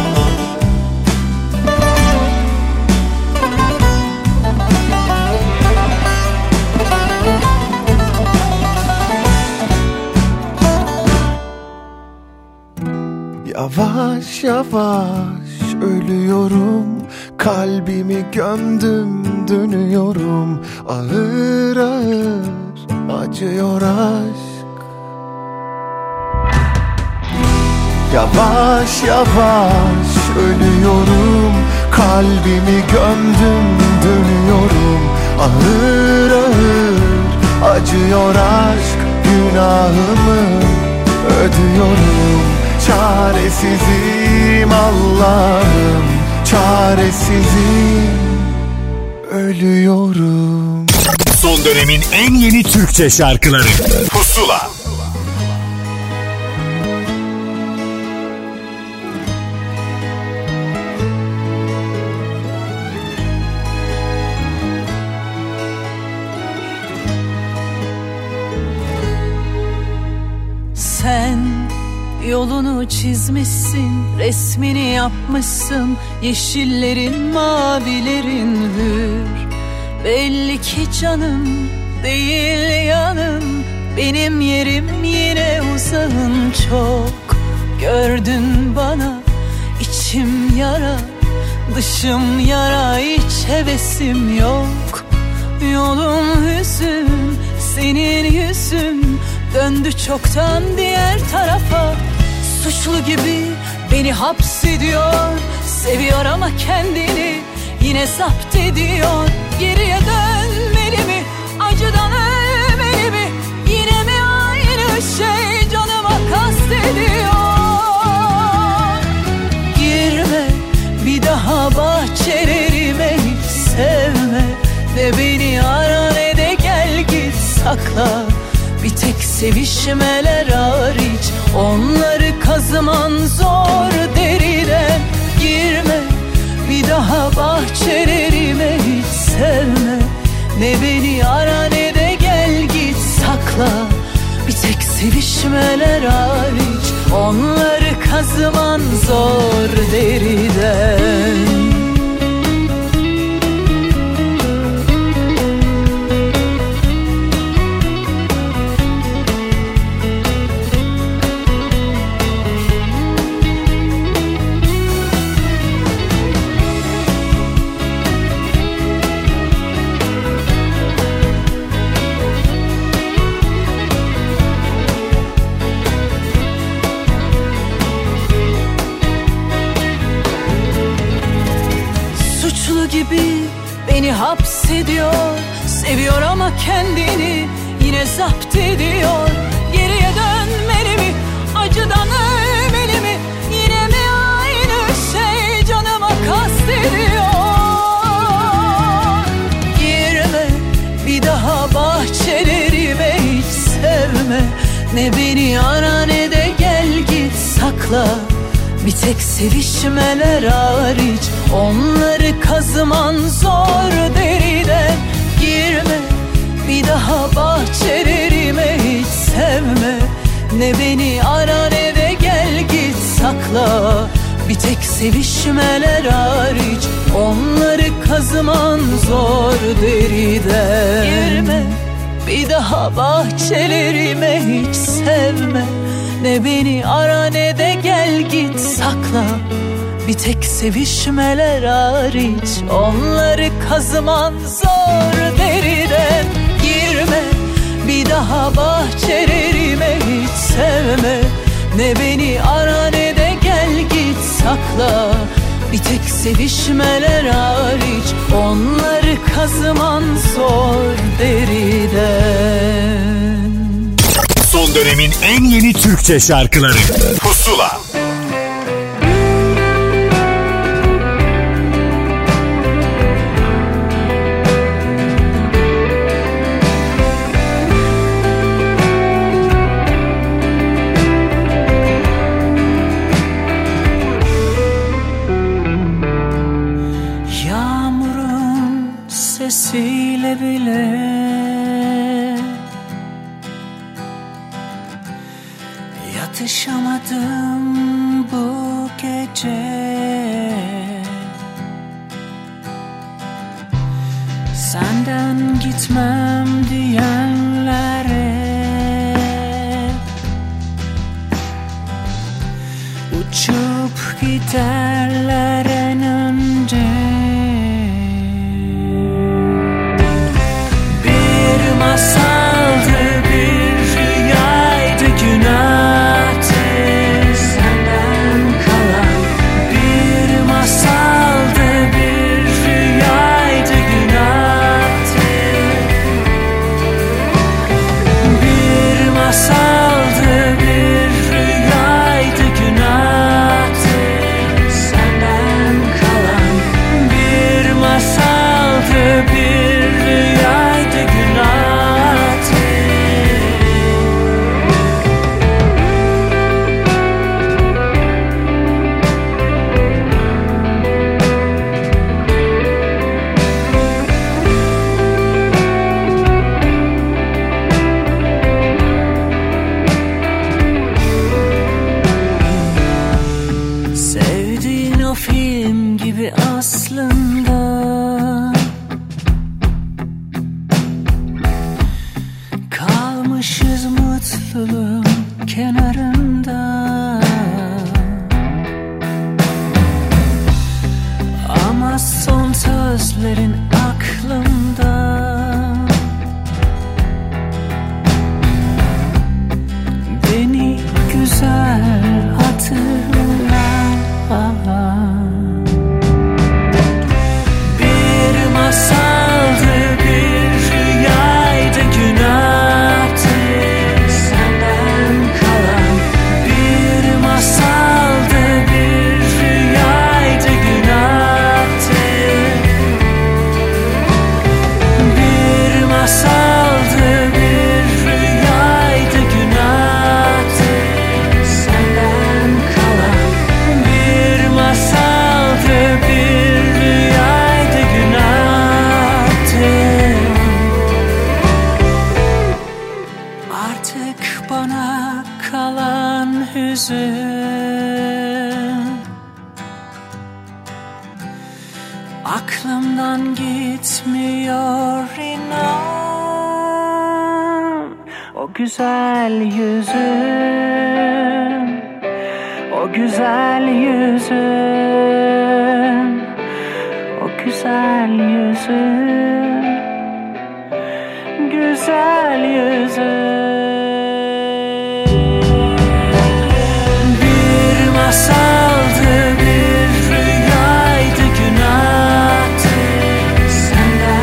Yavaş yavaş ölüyorum. Kalbimi gömdüm dönüyorum. Ağır ağır acıyor aşk. Yavaş yavaş ölüyorum. Kalbimi gömdüm dönüyorum. Ağır ağır acıyor aşk günahımı ödüyorum. Çaresizim Allah'ım, çaresizim, ölüyorum. Son dönemin en yeni Türkçe şarkıları Pusula. Sen yolunu çizmişsin, resmini yapmışsın. Yeşillerin, mavilerin hür. Belli ki canım değil yanım. Benim yerim yine uzağın çok. Gördün bana içim yara, dışım yara, hiç hevesim yok. Yolum hüzün, senin yüzün döndü çoktan diğer tarafa. Suçlu gibi beni hapsediyor. Seviyor ama kendini yine zapt ediyor. Geriye dönmeli mi? Acıdan ölmeli mi? Yine mi aynı şey canıma kastediyor? Girme bir daha bahçelerime, hiç sevme. Ne beni ara ne de gel git sakla. Bir tek sevişmeler hariç onları kazıman zor deriden. Girme bir daha bahçelerime, hiç sevme. Ne beni ara ne de gel git sakla. Bir tek sevişmeler hariç onları kazıman zor deriden. hapsediyor. Seviyor ama kendini yine zapt ediyor. Geriye dönmeli mi, acıdan ölmeli mi? Yine mi aynı şey canıma kastediyor? Girme bir daha bahçelerime, hiç sevme. Ne beni ara ne de gel git sakla. Bir tek sevişmeler hariç, onları kazıman zor deriden. Girme bir daha bahçelerime, hiç sevme. Ne beni ara ne de gel git sakla. Bir tek sevişmeler hariç, onları kazıman zor deriden. Girme bir daha bahçelerime, hiç sevme. Ne beni ara ne de gel git sakla. Bir tek sevişmeler hariç, onları kazıman zor deriden. Girme bir daha bahçelerime, hiç sevme. Ne beni ara ne de gel git sakla. Bir tek sevişmeler hariç, onları kazıman zor deriden. Son dönemin en yeni Türkçe şarkıları Pusula. Yağmurun sesiyle bile yatışamadım bu gece. Senden gitmem diyenlere uçup giderler en önce. Bir masaldı, bir rüyaydı, günahtı senden kalan. Bir masaldı, bir rüyaydı, günahtı. Bir masaldı, bir rüyaydı, günahtı senden kalan. Bir masaldı, bir rüyaydı, günahtı. Sevdiğin o film gibi aslında. Kalmışız mutluluğun kenarında. Ama son sözlerin aklımda. Beni güzel hatırla. Bir masaldı, bir rüyaydı, günahtı senden kalan. Bir masaldı, bir rüyaydı, günahtı. Bir masaldı, bir rüyaydı, günahtı senden kalan. Bir masaldı, bir rüyaydı, günahtı. Artık bana kalan hüzün aklımdan gitmiyor inan. O güzel yüzün, o güzel yüzün, o güzel yüzün, güzel yüzün. Bir masaldı, bir rüyaydı, günahtı senden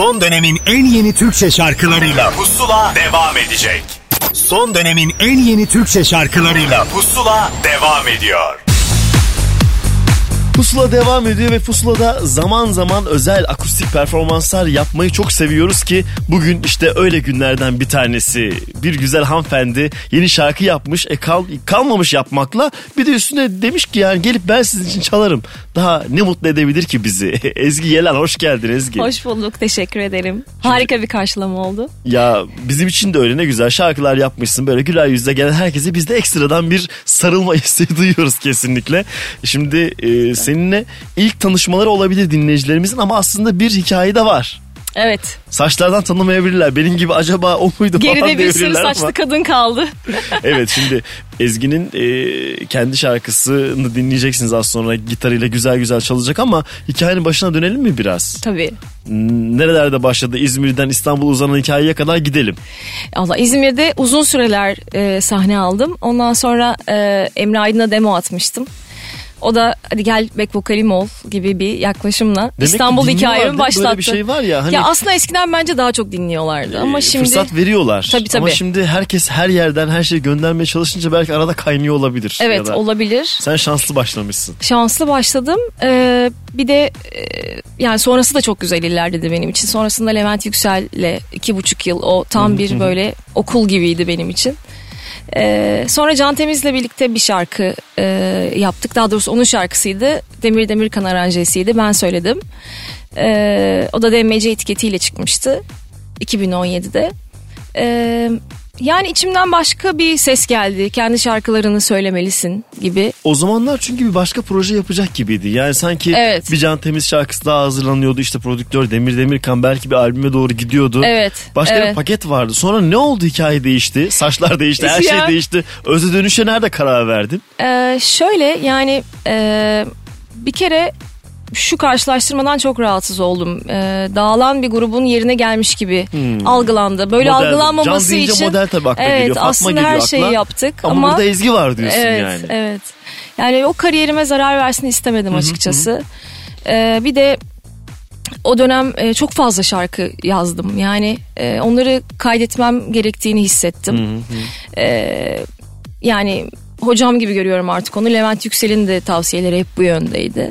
Son dönemin en yeni Türkçe şarkılarıyla Pusula devam edecek. Son dönemin en yeni Türkçe şarkılarıyla Pusula devam ediyor. Pusula devam ediyor ve Pusula'da zaman zaman özel akustik performanslar yapmayı çok seviyoruz ki bugün işte öyle günlerden bir tanesi. Bir güzel hanımefendi yeni şarkı yapmış, e kal, kalmamış yapmakla, bir de üstüne demiş ki yani gelip ben sizin için çalarım. Daha ne mutlu edebilir ki bizi? Ezgi Yelen, hoş geldin Ezgi. Hoş bulduk, teşekkür ederim. Harika bir karşılama oldu. Ya bizim için de öyle, ne güzel şarkılar yapmışsın, böyle güler yüzle gelen herkese biz de ekstradan bir sarılma isteği duyuyoruz kesinlikle. Şimdi e, seninle ilk tanışmaları olabilir dinleyicilerimizin ama aslında bir hikaye de var. Evet. Saçlardan tanımayabilirler. Benim gibi acaba o muydu falan diyebilirler. Geride bir sürü saçlı ama. kadın kaldı. Evet, şimdi Ezgi'nin e, kendi şarkısını dinleyeceksiniz az sonra, gitarıyla güzel güzel çalacak ama hikayenin başına dönelim mi biraz? Tabii. Nerelerde başladı? İzmir'den İstanbul'a uzanan hikayeye kadar gidelim. Allah, İzmir'de uzun süreler e, sahne aldım. Ondan sonra e, Emre Aydın'a demo atmıştım. O da hadi gel back vokalim ol gibi bir yaklaşımla Demek İstanbul hikayemi başlattı. Böyle bir şey var ya. Hani ya aslında eskiden bence daha çok dinliyorlardı ama şimdi fırsat veriyorlar. Tabii, tabii. Ama şimdi herkes her yerden her şeyi göndermeye çalışınca belki arada kaynıyor olabilir. Evet, ya da olabilir. Sen şanslı başlamışsın. Şanslı başladım. Ee, bir de e, yani sonrası da çok güzel ilerledi benim için. Sonrasında Levent Yüksel'le iki buçuk yıl o tam bir böyle okul gibiydi benim için. Ee, sonra Can Temiz'le birlikte bir şarkı e, yaptık. Daha doğrusu onun şarkısıydı. Demir Demirkan aranjesiydi. Ben söyledim. Ee, o da D M C etiketiyle çıkmıştı iki bin on yedide. Ee, yani içimden başka bir ses geldi. Kendi şarkılarını söylemelisin gibi. O zamanlar çünkü bir başka proje yapacak gibiydi. Yani sanki evet. bir Can Temiz şarkısı daha hazırlanıyordu. İşte prodüktör Demir Demirkan belki bir albüme doğru gidiyordu. Evet. Başka evet. bir paket vardı. Sonra ne oldu, hikaye değişti. Saçlar değişti, her şey değişti. Öz'e dönüşe nerede karar verdin? Ee, şöyle yani e, bir kere şu karşılaştırmadan çok rahatsız oldum. Ee, dağılan bir grubun yerine gelmiş gibi hmm. algılandı. Böyle model, algılanmaması Can için. Model tabii akla evet, geliyor. Fatma aslında geliyor her akla. şeyi yaptık. Ama, ama burada Ezgi var diyorsun evet, yani. Evet. Yani o kariyerime zarar versin istemedim açıkçası. Ee, bir de o dönem e, çok fazla şarkı yazdım. Yani e, onları kaydetmem gerektiğini hissettim. Ee, yani hocam gibi görüyorum artık onu. Levent Yüksel'in de tavsiyeleri hep bu yöndeydi.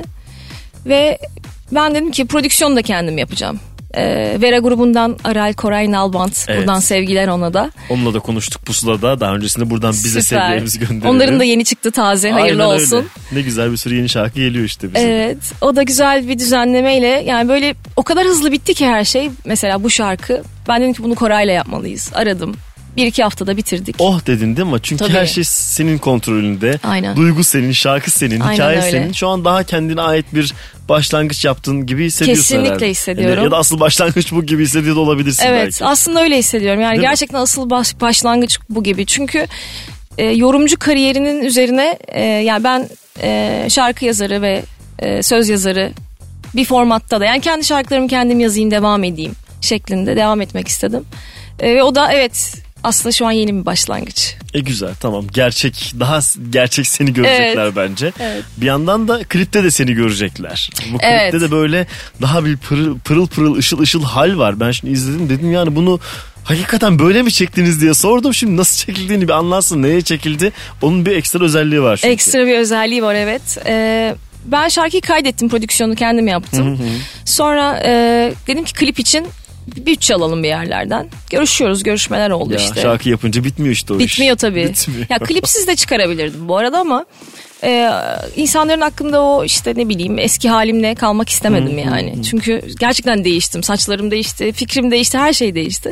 Ve ben dedim ki prodüksiyonu da kendim yapacağım. Ee, Vera grubundan Aral Koray Nalbant. Evet. Buradan sevgiler ona da. Onunla da konuştuk Pusula'da. Daha öncesinde buradan bize Süper. sevgilerimizi gönderelim. Onların da yeni çıktı taze. Hayırlı Aynen olsun. Öyle. Ne güzel bir sürü yeni şarkı geliyor işte bize. Evet. O da güzel bir düzenlemeyle. Yani böyle o kadar hızlı bitti ki her şey. Mesela bu şarkı. Ben dedim ki bunu Koray'la yapmalıyız. Aradım. Bir iki haftada bitirdik. Oh dedin değil mi? Çünkü Tabii. her şey senin kontrolünde. Aynen. Duygu senin, şarkı senin, Aynen hikaye öyle. senin. Şu an daha kendine ait bir başlangıç yaptığın gibi hissediyorsun Kesinlikle herhalde. hissediyorum. Yani ya da asıl başlangıç bu gibi hissediyor da olabilirsin evet, belki. Evet, aslında öyle hissediyorum. Yani değil gerçekten mi? Asıl baş, başlangıç bu gibi. Çünkü e, yorumcu kariyerinin üzerine e, yani ben e, şarkı yazarı ve e, söz yazarı bir formatta da yani kendi şarkılarımı kendim yazayım, devam edeyim şeklinde devam etmek istedim. E, ve o da evet aslında şu an yeni bir başlangıç. E güzel, tamam, gerçek, daha gerçek seni görecekler evet. bence. Evet. Bir yandan da klipte de seni görecekler. Bu klipte evet. de böyle daha bir pırıl, pırıl pırıl ışıl ışıl hal var. Ben şimdi izledim, dedim yani bunu hakikaten böyle mi çektiniz diye sordum. Şimdi nasıl çekildiğini bir anlarsın, neye çekildi. Onun bir ekstra özelliği var çünkü. Ekstra bir özelliği var, evet. Ee, ben şarkıyı kaydettim, prodüksiyonu kendim yaptım. Sonra e, dedim ki klip için bütçe alalım bir yerlerden. Görüşüyoruz, görüşmeler oldu ya, işte. Şarkı yapınca bitmiyor işte o Bitmiyor iş. Bitmiyor tabii. Bitmiyor. Ya klipsiz de çıkarabilirdim bu arada ama e, insanların hakkında o işte ne bileyim eski halimle kalmak istemedim yani. Çünkü gerçekten değiştim. Saçlarım değişti, fikrim değişti, her şey değişti.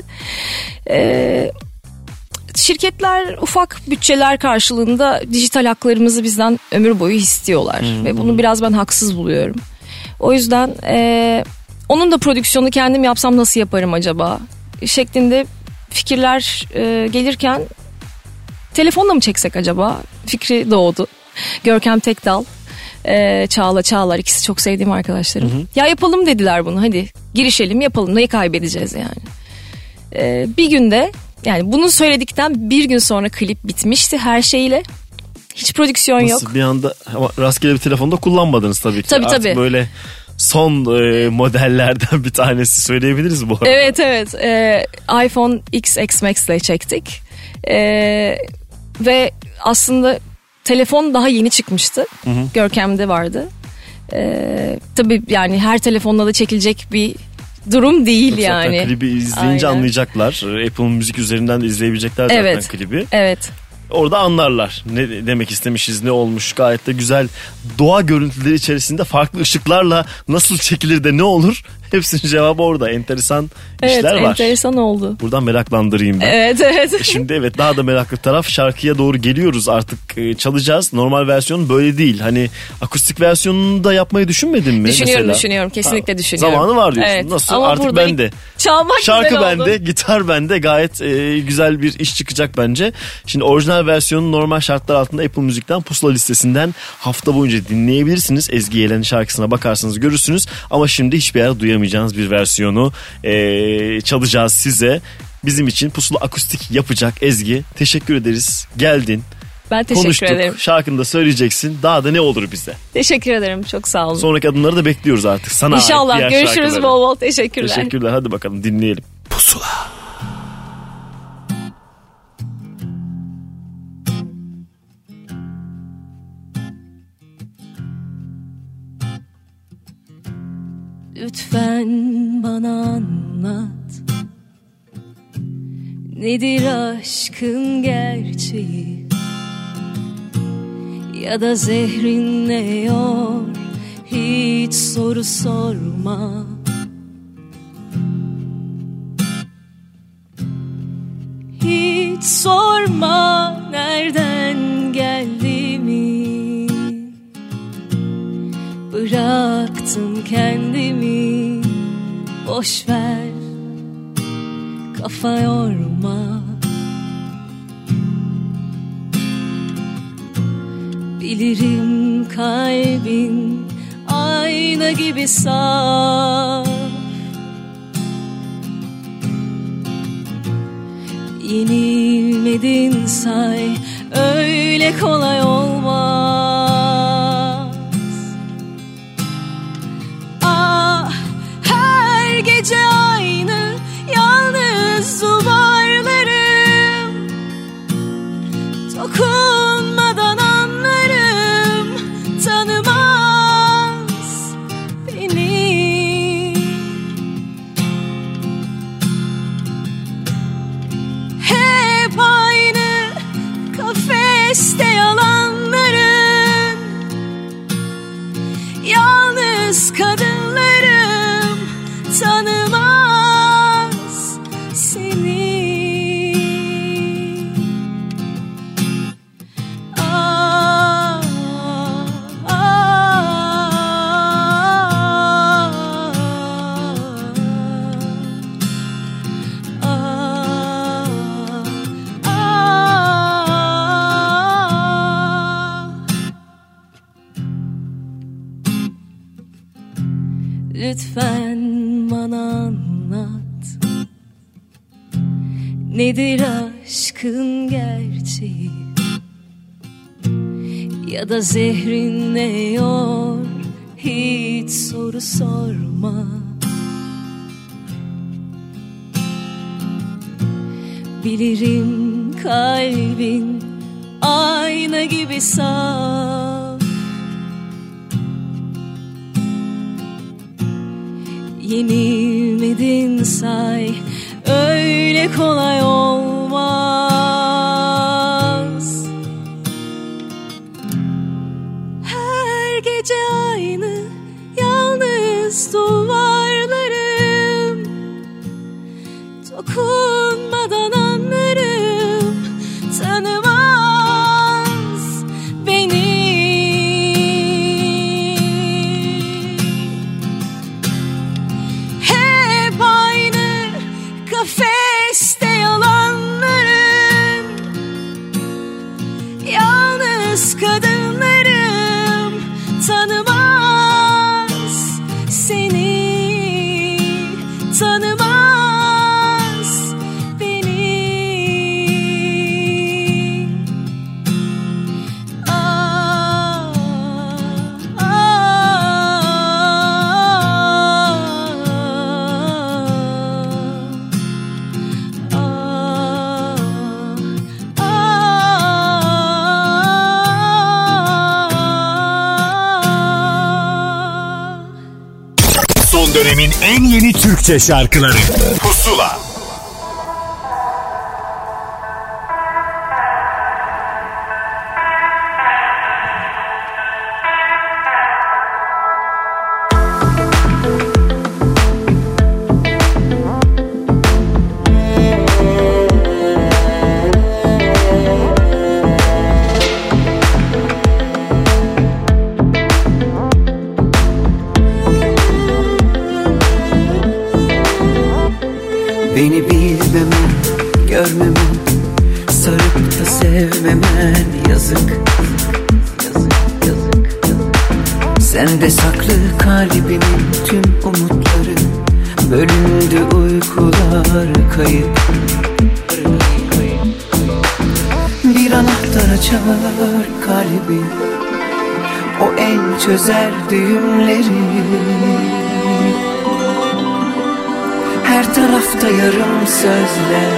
E, şirketler ufak bütçeler karşılığında dijital haklarımızı bizden ömür boyu istiyorlar. Ve bunu biraz ben haksız buluyorum. O yüzden E, onun da prodüksiyonu kendim yapsam nasıl yaparım acaba şeklinde fikirler e, gelirken telefonla mı çeksek acaba fikri doğdu. Görkem Tekdal, e, Çağla Çağlar, ikisi çok sevdiğim arkadaşlarım. Hı hı. Ya yapalım dediler bunu, hadi girişelim yapalım, neyi kaybedeceğiz yani. E, bir günde yani bunu söyledikten bir gün sonra klip bitmişti her şeyle. Hiç prodüksiyon Nasıl yok. Bir anda ama rastgele bir telefonda kullanmadınız tabii ki. Tabii Artık tabii. böyle son e, modellerden bir tanesi söyleyebiliriz bu arada. Evet evet. E, iPhone X X Max ile çektik. E, ve aslında telefon daha yeni çıkmıştı. Hı hı. Görkem'de vardı. E, tabii yani her telefonla da çekilecek bir durum değil. Yok, yani. Zaten klibi izleyince Aynen. anlayacaklar. Apple Müzik üzerinden de izleyebilecekler zaten evet. klibi. Evet. Orada anlarlar ne demek istemişiz, ne olmuş. Gayet de güzel doğa görüntüleri içerisinde farklı ışıklarla nasıl çekilir de ne olur, hepsinin cevabı orada. Enteresan evet, işler var. Evet, enteresan oldu. Buradan meraklandırayım ben. Evet evet. Şimdi evet, daha da meraklı taraf, şarkıya doğru geliyoruz artık, çalacağız. Normal versiyon böyle değil. Hani akustik versiyonunu da yapmayı düşünmedin mi? Düşünüyorum mesela? düşünüyorum kesinlikle ha, düşünüyorum. Zamanı var diyorsun. Evet. Nasıl? Ama artık bende. Çalmak şarkı bende, oldu. gitar bende, gayet e, güzel bir iş çıkacak bence. Şimdi orijinal versiyonu normal şartlar altında Apple Müzik'ten Pusula listesinden hafta boyunca dinleyebilirsiniz. Ezgi Yelen şarkısına bakarsanız görürsünüz. Ama şimdi hiçbir yerde duyamayacağınız bir versiyonu e, çalacağız size. Bizim için Pusula akustik yapacak Ezgi. Teşekkür ederiz. Geldin. Ben teşekkür Konuştuk. ederim. Şarkını da söyleyeceksin. Daha da ne olur bize. Teşekkür ederim. Çok sağ olun. Sonraki adımları da bekliyoruz artık. Sana İnşallah. ait diğer görüşürüz şarkıları. bol bol. Teşekkürler. Teşekkürler. Hadi bakalım dinleyelim. Pusula. Lütfen bana anlat, nedir aşkın gerçeği, ya da zehrin ne yor, hiç soru sorma. Hiç sorma nereden geldiğimi, bıraktım kendimi, boş ver, kafa yorma. Bilirim kalbin ayna gibi saf, yenilmedin say, öyle kolay olmaz. Ah, her gece aynı yalnız duvarlarım, dokunmadan anlarım, tanımaz beni. Hep aynı kafeste yalanların, yalnız kadınlarım tanımaz seni. Ah, ah, ah, ah, ah. Lütfen bana anlat, nedir aşkın gerçeği, ya da zehrin ne yor, hiç soru sorma. Bilirim kalbin ayna gibi saf, yenilmedin say, öyle kolay olmaz. Her gece aynı yalnız duvarlarım, dokunmadan anlarım, tanımaz beni. Hep aynı kafeste yalanların, yalnız kadınlarım tanımaz seni, tanımaz beni. Ah, ah, Son dönemin en yeni Türkçe şarkıları Pusula. Beni bilmemen, görmemen, sarıp da sevmemen yazık. Yazık, yazık, yazık. Sende saklı kalbimin tüm umutları, bölündü uykular kayıp. Bir anahtar açar kalbi, o el çözer düğümleri. Her tarafta yarım sözler,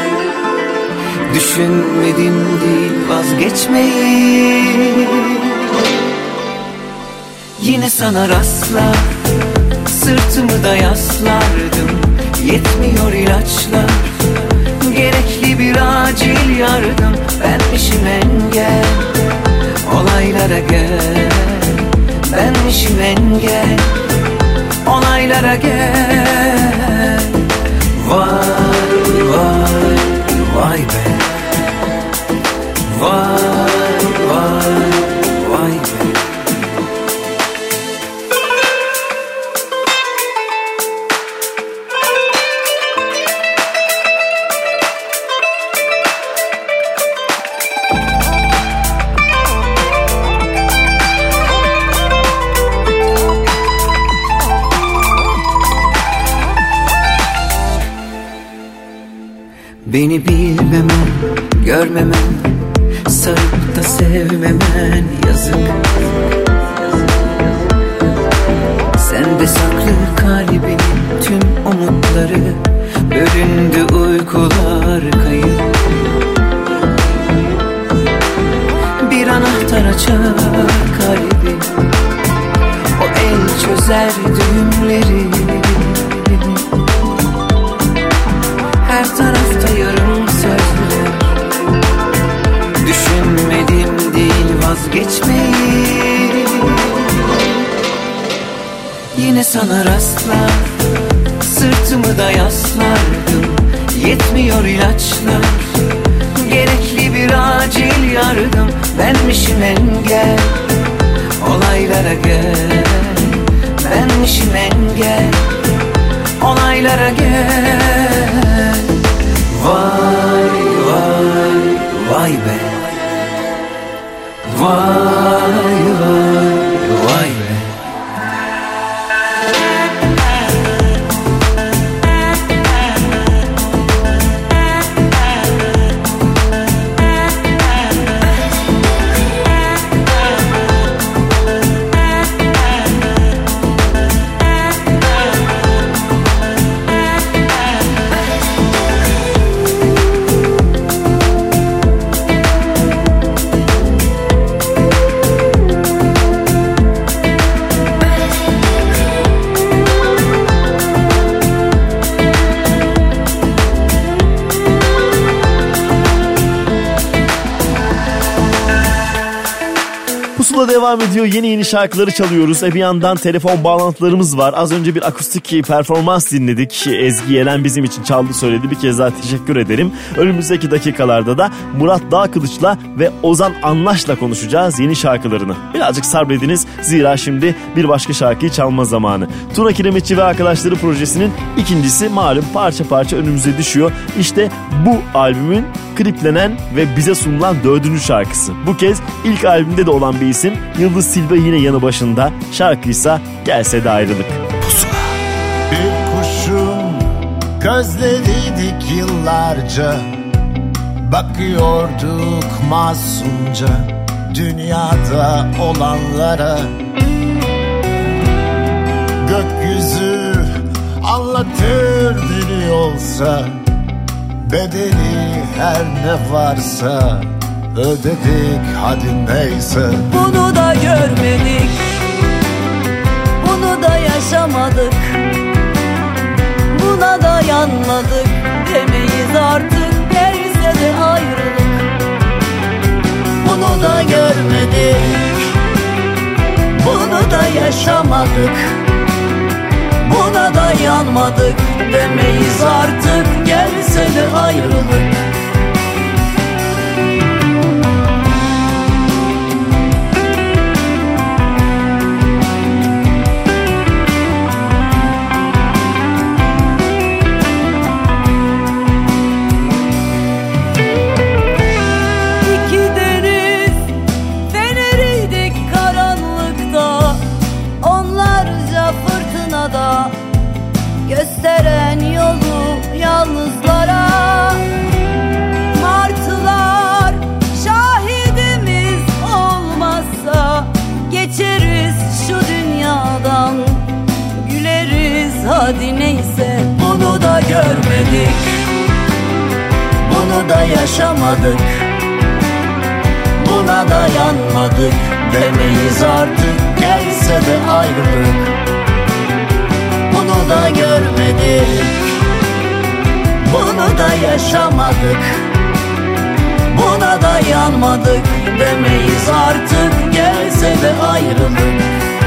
düşünmedim değil vazgeçmeyi. Yine sana rastlar, sırtımı da yaslardım. Yetmiyor ilaçlar, gerekli bir acil yardım. Benmişim engel, olaylara gel. Benmişim engel, olaylara gel. Vay vay vay be. Vay vay vay be. Beni bilmemen, görmemen, sarıp da sevmemen yazık. Sende saklı kalbimin tüm umutları, bölündü uykular kayıp. Bir anahtar açar kalbi, o el çözer düğümleri. Her tarafta yarım sözler, düşünmedim değil vazgeçmeyi. Yine sana rastlar, sırtımı da yaslardım. Yetmiyor ilaçlar, gerekli bir acil yardım. Benmişim engel, olaylara gel. Benmişim engel, olaylara gel. Vay vay vay be. Vay vay vay be. Devam ediyor. Yeni yeni şarkıları çalıyoruz. E bir yandan telefon bağlantılarımız var. Az önce bir akustik performans dinledik. Ezgi Yelen bizim için çaldı söyledi. Bir kez daha teşekkür ederim. Önümüzdeki dakikalarda da Murat Dağkılıç'la ve Ozan Anlaş'la konuşacağız yeni şarkılarını. Birazcık sabrediniz. Zira şimdi bir başka şarkıyı çalma zamanı. Tuna Kiremitçi ve Arkadaşları projesinin ikincisi malum parça parça önümüze düşüyor. İşte bu albümün kliplenen ve bize sunulan dördüncü şarkısı. Bu kez ilk albümde de olan bir isim. Yıldız Silbe yine yanı başında. Şarkıysa Gelse de Ayrılık. Pusula. Bir kuşun gözleriydik yıllarca, bakıyorduk masumca dünyada olanlara. Gökyüzü anlatır dili olsa, bedeli her ne varsa ödedik hadi neyse. Bunu da görmedik, bunu da yaşamadık. dayanmadık demeyiz artık, gelse de ayrılık. Bunu da görmedik, bunu da yaşamadık, buna dayanmadık demeyiz artık, gelse de ayrılık. Gösteren yolu yalnızlara, martılar şahidimiz olmazsa geçeriz şu dünyadan, güleriz hadi neyse. Bunu da görmedik, bunu da yaşamadık, buna dayanmadık demeyiz artık, gelse de ayrılık. Bunu da görmedik, bunu da yaşamadık, buna dayanmadık demeyiz artık, gelse de ayrılık.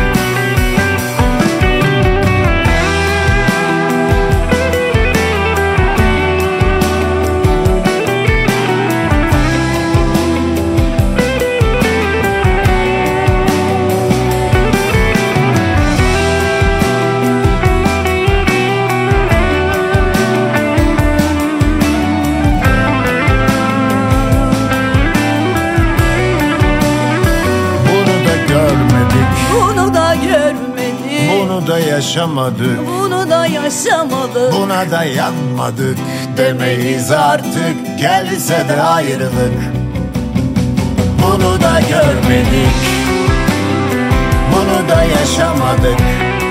Bunu da yaşamadık, bunu da yaşamadık, buna dayanmadık demeyiz artık, gelse de ayrılık. Bunu da görmedik, bunu da yaşamadık,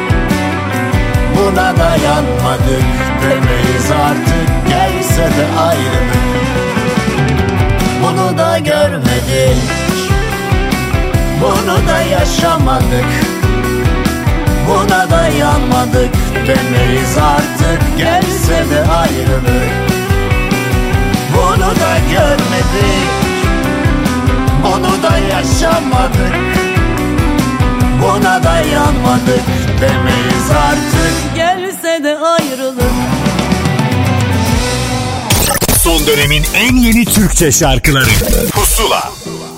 buna dayanmadık demeyiz artık, gelse de ayrılık. Bunu da görmedik, bunu da yaşamadık, buna dayanmadık demeyiz artık, gelse de ayrılık. Bunu da görmedik, bunu da yaşamadık, buna dayanmadık demeyiz artık, gelse de ayrılık. Son dönemin en yeni Türkçe şarkıları Pusula.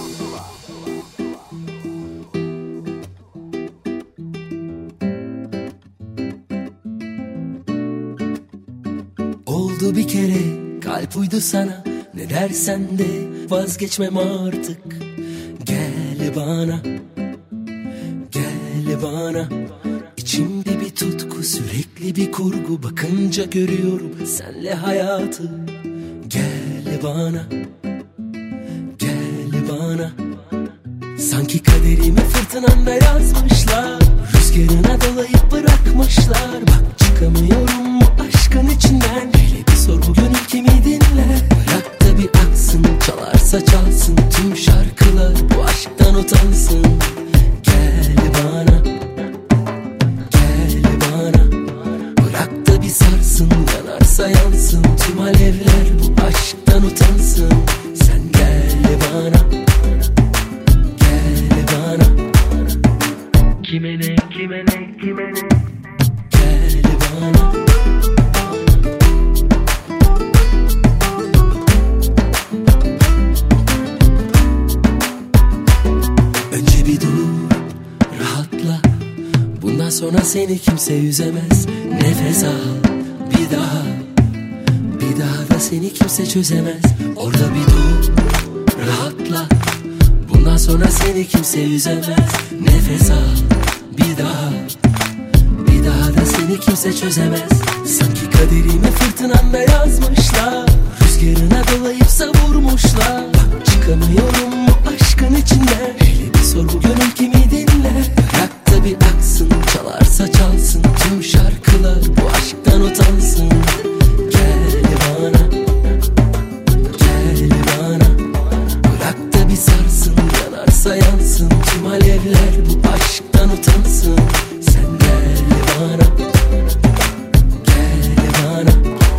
Oldu bir kere kalp uydu sana, ne dersen de vazgeçmem artık. Gel bana, gel bana. İçimde bir tutku, sürekli bir kurgu, bakınca görüyorum senle hayatı. Gel bana, gel bana. Sanki kaderimi fırtınanda yazmışlar, rüzgarına dolayıp bırakmışlar. Bak çıkamıyorum bu aşkın içinden, hele bir sor bu gönül kimi dinler. Bırak da bir aksın, çalarsa çalsın tüm şarkılar, bu aşktan utansın. Gel bana, gel bana. Bırak da bir sarsın, yanarsa yansın tüm alevler, bu aşktan utansın. Sen gel bana, gel bana. Kime ne, kime ne, kime ne? Gel bana. Önce bir dur, rahatla. Bundan sonra seni kimse üzemez. Nefes al, bir daha. Bir daha da seni kimse çözemez. Orada bir dur, rahatla. Bundan sonra seni kimse üzemez. Nefes al, bir daha. Bir daha da seni kimse çözemez. Sanki kaderimi fırtınanda yazmışlar, rüzgarına dolayıp savurmuşlar. Bak çıkamıyorum bu aşkın içinden, hele bir sor bu gönül kimi dinler. Bırak da bir aksın, çalarsa çalsın tüm şarkılar, bu aşktan utansın. Gel bana, gel bana. Bırak da bir sarsın, yanarsa yansın tüm alevler, bu aşktan utansın. Sen gel bana, gel bana.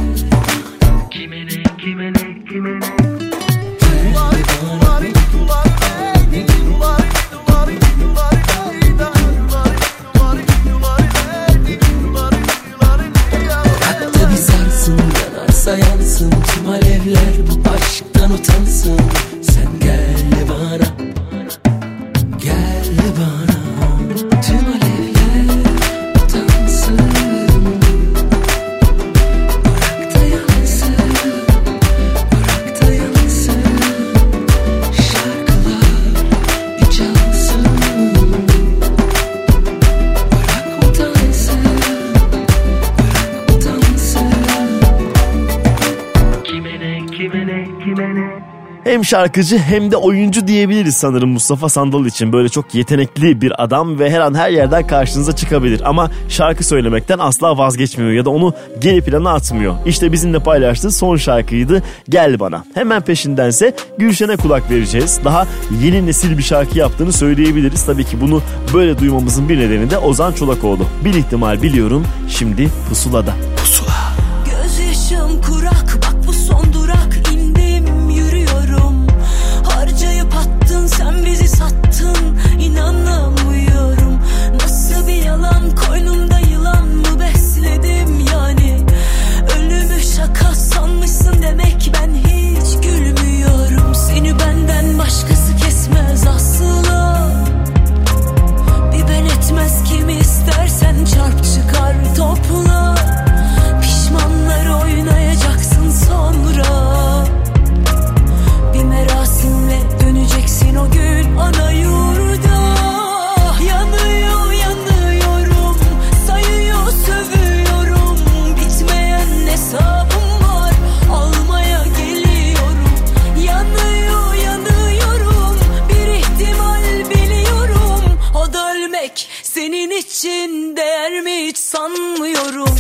Hem şarkıcı hem de oyuncu diyebiliriz sanırım Mustafa Sandal için. Böyle çok yetenekli bir adam ve her an her yerden karşınıza çıkabilir. Ama şarkı söylemekten asla vazgeçmiyor ya da onu geri plana atmıyor. İşte bizimle paylaştığı son şarkıydı Gel Bana. Hemen peşindense Gülşen'e kulak vereceğiz. Daha yeni nesil bir şarkı yaptığını söyleyebiliriz. Tabii ki bunu böyle duymamızın bir nedeni de Ozan Çolakoğlu. Bir ihtimal biliyorum, şimdi Pusula'da. Pusula. Gözyaşım kurak, bak bu son durak, indim yürüyorum. Harcayıp attın, sen bizi sattın, inanamıyorum. Nasıl bir yalan, koynumda yılan mı besledim yani? Ölümü şaka sanmışsın demek, ben hiç gülmüyorum. Seni benden başkası kesmez asla. Bir ben etmez, kimi istersen çarp çıkar topla. Pişmanlar oynayacaksın sonra. Bir merasimle döneceksin o gün ana yurda. Yanıyor yanıyorum, sayıyor sövüyorum. Bitmeyen hesabım var, almaya geliyorum. Yanıyor yanıyorum, bir ihtimal biliyorum. O da ölmek senin için değer mi hiç sanmıyorum.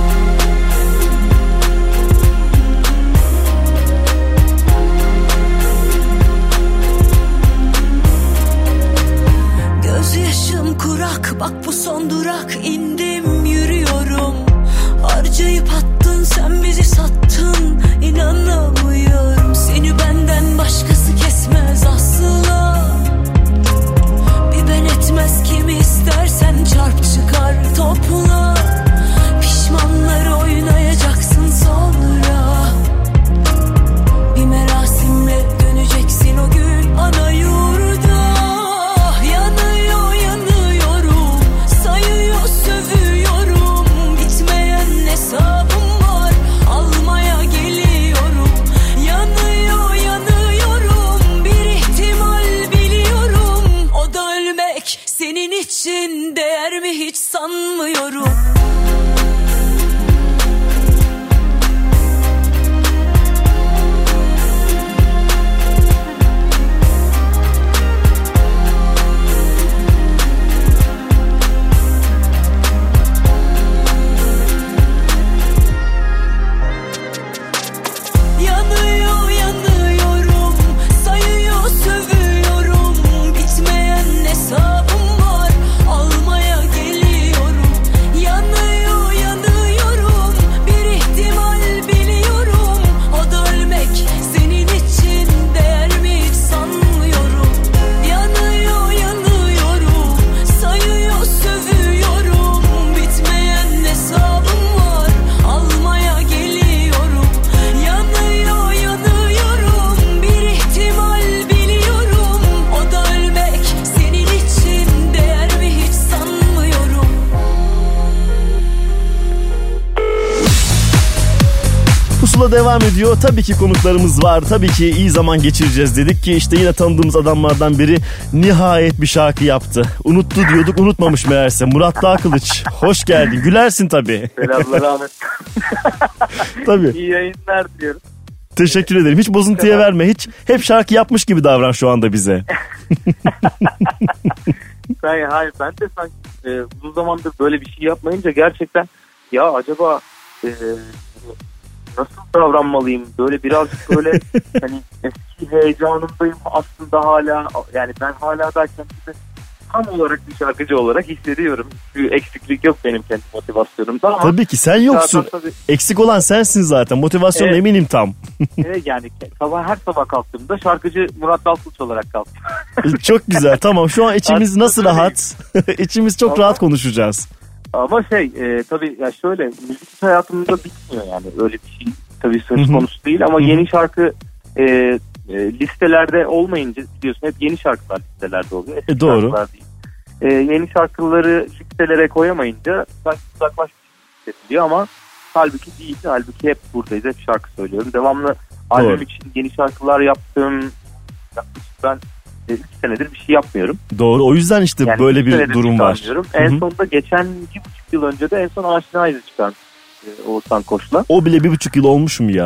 Gözyaşım kurak, bak bu son durak, indim yürüyorum. Harcayıp attın, sen bizi sattın, inanamıyorum. Seni benden başkası kesmez asla. Bir ben etmez, kimi istersen çarp çıkar topla. Pişmanlar oynayacaksın sonra. Bir merasimle döneceksin o gün ana yurda. Yanıyor yanıyorum, sayıyor sövüyorum. Bitmeyen hesabım var, almaya geliyorum. Yanıyor yanıyorum, bir ihtimal biliyorum. O da ölmek senin için değer mi hiç sanmıyorum. Yanıyor yanıyorum, sayıyor sövüyorum. Bitmeyen hesabım var, almaya geliyorum. Yanıyor yanıyorum, bir ihtimal biliyorum. O da ölmek senin için değer mi hiç sanmıyorum. Yanıyor yanıyorum, sayıyor sövüyorum. Bitmeyen hesabım var, almaya geliyorum. Yanıyor yanıyorum, bir ihtimal biliyorum. O da ölmek senin için değer mi hiç sanmıyorum. Pusula devam ediyor. Tabii ki konuklarımız var. Tabii ki iyi zaman geçireceğiz dedik ki işte yine tanıdığımız adamlardan biri nihayet bir şarkı yaptı. Unuttu diyorduk, unutmamış meğerse. Murat Dağkılıç. Hoş geldin. Gülersin tabii. Selamlar Ahmet. Tabii. İyi yayınlar diliyorum. Teşekkür ederim. Hiç bozuntuya verme. Hiç hep şarkı yapmış gibi davran şu anda bize. Ben, hayır ben de sanki e, uzun zamandır böyle bir şey yapmayınca gerçekten ya acaba e, nasıl davranmalıyım? Böyle birazcık böyle hani eski heyecanımdayım aslında hala, yani ben hala da kendimi tam olarak bir şarkıcı olarak hissediyorum. Bir eksiklik yok benim kendi motivasyonumda ama tabii ki sen yoksun. Tabii, eksik olan sensin zaten. Motivasyon evet, eminim tam. evet, yani sabah her sabah kalktığımda şarkıcı Murat Dalkılıç olarak kalktım. Çok güzel. Tamam, şu an içimiz nasıl rahat? İçimiz çok ama, rahat konuşacağız. Ama şey e, tabii ya şöyle, müzik hayatımda bitmiyor yani, öyle bir şey tabii söz konusu değil ama yeni şarkı e, e, listelerde olmayınca biliyorsun hep yeni şarkılar listelerde oluyor. Eski e, doğru. Değil. E, yeni şarkıları listelere koyamayınca sanki uzaklaşmış hissediliyor ama halbuki değil. Halbuki hep buradayız, hep şarkı söylüyorum. Devamlı albüm için yeni şarkılar yaptım. Yaklaşık ben üç senedir bir şey yapmıyorum. Doğru, o yüzden işte yani böyle bir durum var. En Hı-hı. sonunda geçen bir buçuk yıl önce de en son Aşinayız'ı çıkarmış e, Oğuzhan Koç'la. O bile bir buçuk yıl olmuş mu ya?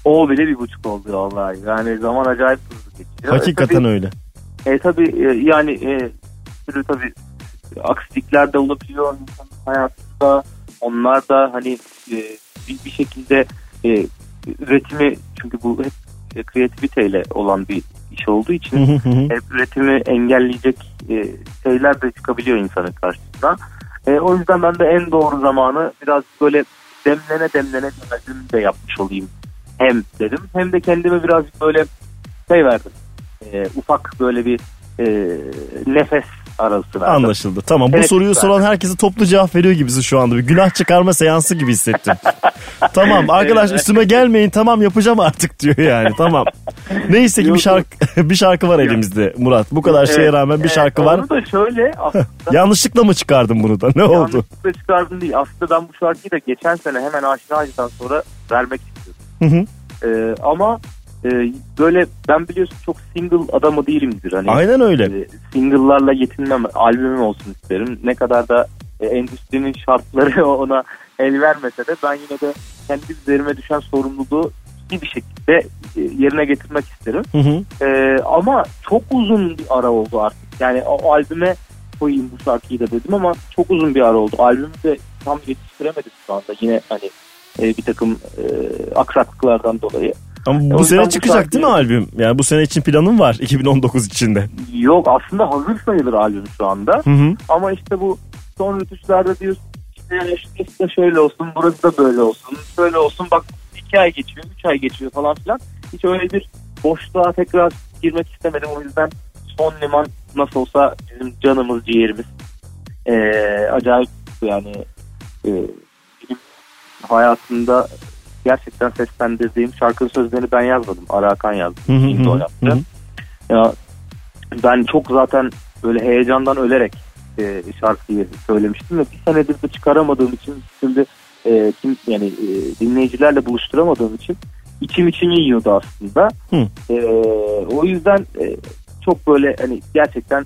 O bile bir buçuk oldu vallahi. Yani zaman acayip hızlı geçiyor. Hakikaten e, tabii, öyle. E tabii e, yani e, sürü tabii aksilikler de olabiliyor insanın hayatında. Onlar da hani e, bir, bir şekilde e, üretimi, çünkü bu hep e, kreativiteyle olan bir iş olduğu için hep üretimi engelleyecek e, şeyler de çıkabiliyor insanın karşısına. E, o yüzden ben de en doğru zamanı biraz böyle demlene demlene demledim de yapmış olayım hem dedim. Hem de kendime birazcık böyle şey verdim. E, ufak böyle bir e, nefes arası verdim. Anlaşıldı. Tamam, bu evet, soruyu verdim. soran herkese toplu cevap veriyor gibisin şu anda. Bir günah çıkarma seansı gibi hissettim. Tamam arkadaş, evet. üstüme gelmeyin, tamam yapacağım artık diyor yani, tamam. Neyse ki bir şarkı bir şarkı var elimizde Murat. Bu kadar şeye Evet, rağmen bir şarkı evet, var. Onu da şöyle aslında. Yanlışlıkla mı çıkardın bunu da? Ne oldu? Yanlışlıkla çıkardım değil. Aslında ben bu şarkıyı da geçen sene hemen Aşina Hacı'dan sonra vermek istiyordum. Hı hı. Ee, ama e, böyle ben biliyorsun çok single adamı değilimdir. Hani, Aynen öyle. E, single'larla yetinmem, albümüm olsun isterim. Ne kadar da e, endüstrinin şartları ona el vermese de ben yine de kendi üzerime düşen sorumluluğu iyi bir şekilde e, yerine getirmek isterim. Hı hı. E, ama çok uzun bir ara oldu artık. Yani o, o albüme koyayım bu şarkıyı da dedim ama çok uzun bir ara oldu. Albümü de tam yetiştiremedim şu anda. Yine hani e, bir takım e, aksaklıklardan dolayı. Ama bu o sene çıkacak şarkıyı... değil mi albüm? Yani bu sene için planın var iki bin on dokuz içinde. Yok, aslında hazır sayılır albüm şu anda. Hı hı. Ama işte bu son rütuşlarda diyorsun işte, işte şöyle olsun, burası da böyle olsun, şöyle olsun, bak iki ay geçiyor, üç ay geçiyor falan filan. Hiç öyle bir boşluğa tekrar girmek istemedim. O yüzden Son Liman nasıl olsa bizim canımız, ciğerimiz. Ee, acayip yani e, benim hayatımda gerçekten seslendirdiğim şarkının sözlerini ben yazmadım. Ara Hakan yazdı. Hı hı, İmzo hı, yaptı. hı. Ya, ben çok zaten böyle heyecandan ölerek e, şarkıyı söylemiştim ve bir senedir de çıkaramadığım için, şimdi e, kim yani e, dinleyicilerle buluşturamadığım için içim içimi yiyordu aslında. E, o yüzden e, çok böyle hani gerçekten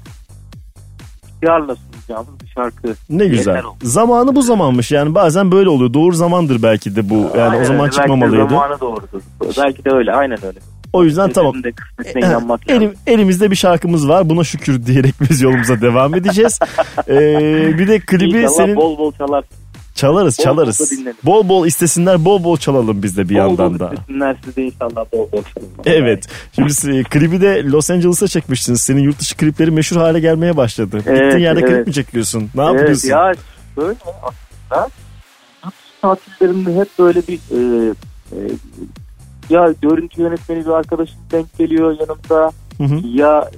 ihtiyarla sunacağımız bir şarkı. Ne güzel. Zamanı bu zamanmış yani, bazen böyle oluyor. Doğru zamandır belki de bu. Yani aynen o zaman öyle. çıkmamalıydı. Belki de zamanı doğrudur. Belki de öyle, aynen öyle. O yüzden tamam. E, Elim, elimizde bir şarkımız var. Buna şükür diyerek biz yolumuza devam edeceğiz. ee, bir de klibi İnşallah senin... bol bol çalar. Çalarız bol çalarız. Bol, bol bol istesinler, bol bol çalalım biz de bir bol yandan bol da. Bol istesinler, siz de inşallah bol bol çalın. Evet. Şimdi klibi de Los Angeles'a çekmiştiniz. Senin yurt dışı klipleri meşhur hale gelmeye başladı. Evet, Gittiğin yerde evet. klip mi çekiyorsun? Ne evet, yapıyorsun? Ya böyle aslında tatillerimde hep böyle bir e, e, ya görüntü yönetmeni bir arkadaşım denk geliyor yanımda, hı hı. ya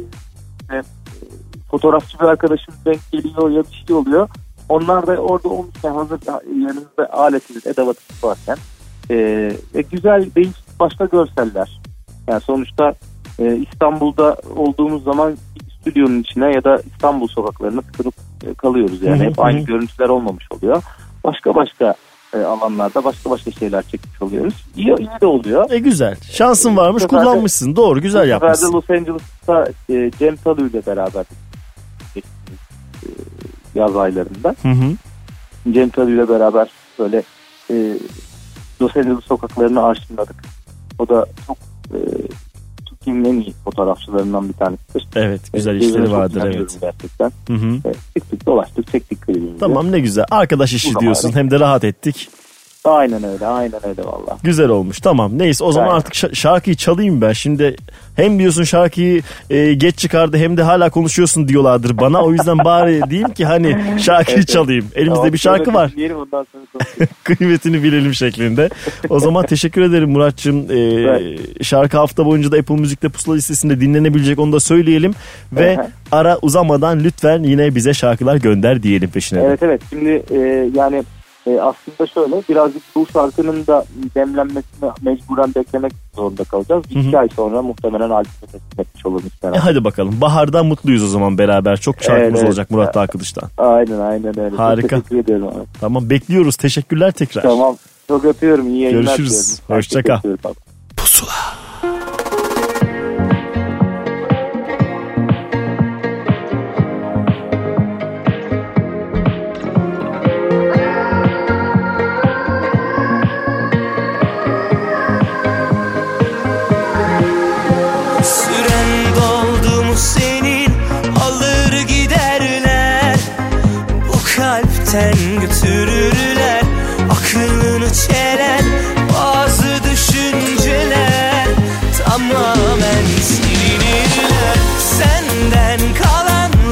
e, fotoğrafçı bir arkadaşım denk geliyor, ya bir şey oluyor. Onlar da orada olmuşken, hazır yanımızda aletimiz, edevatımız varken e, e, güzel, değişik başka görseller. Yani sonuçta e, İstanbul'da olduğumuz zaman stüdyonun içine ya da İstanbul sokaklarına tıkınıp e, kalıyoruz yani. Hı hı, Hep aynı hı. görüntüler olmamış oluyor. Başka başka e, alanlarda başka başka şeyler çekmiş oluyoruz. İyi, iyi de oluyor. E güzel. Şansın varmış, Bu sefer de- kullanmışsın. Doğru, güzel bu sefer yapmışsın. de Los Angeles'ta e, Cem Talu ile beraber geçtiğimiz e, yaz aylarında. Hı hı. Cem Talu ile beraber böyle e, Los Angeles sokaklarını arşınladık. O da çok e, Türkiye'nin en iyi fotoğrafçılarından bir tanesidir. Evet, güzel E, işleri çok vardır, inanıyorum evet. Gerçekten. Hı hı. E, çıktık, dolaştık, çektik klibimizi. Tamam, ne güzel. Arkadaş işi Bu diyorsun. zamanı. Hem de rahat ettik. Aynen öyle, aynen öyle valla. Güzel olmuş. Tamam. Neyse, o zaman Aynen. artık ş- şarkıyı çalayım ben. Şimdi hem diyorsun şarkıyı e, geç çıkardı, hem de hala konuşuyorsun diyorlardır bana. O yüzden bari diyeyim ki hani şarkıyı Evet, çalayım. Elimizde tamam, bir şarkı şöyle var. dinleyelim, ondan sonra konuşalım. Kıymetini bilelim şeklinde. O zaman teşekkür ederim Murat'cığım. Ee, şarkı hafta boyunca da Apple Müzik'te Pusula listesinde dinlenebilecek, onu da söyleyelim. Ve Aha. ara uzamadan lütfen yine bize şarkılar gönder diyelim peşine. Evet evet, şimdi e, yani e, aslında şöyle birazcık bu şarkının da demlenmesini mecburen beklemek zorunda kalacağız. Bir Hı hı. iki ay sonra muhtemelen albümü teslim etmiş oluruz. E hadi bakalım. Bahardan mutluyuz o zaman beraber. Çok şarkımız Evet, evet. olacak Murat Arkadaş'tan. Aynen aynen öyle. Harika. Çok teşekkür ederim abi. Tamam, bekliyoruz. Teşekkürler tekrar. Tamam. Çok öpüyorum. İyi yayınlar Görüşürüz. diliyorum. Hoşça kal. Öpüyorum abi. Pusula.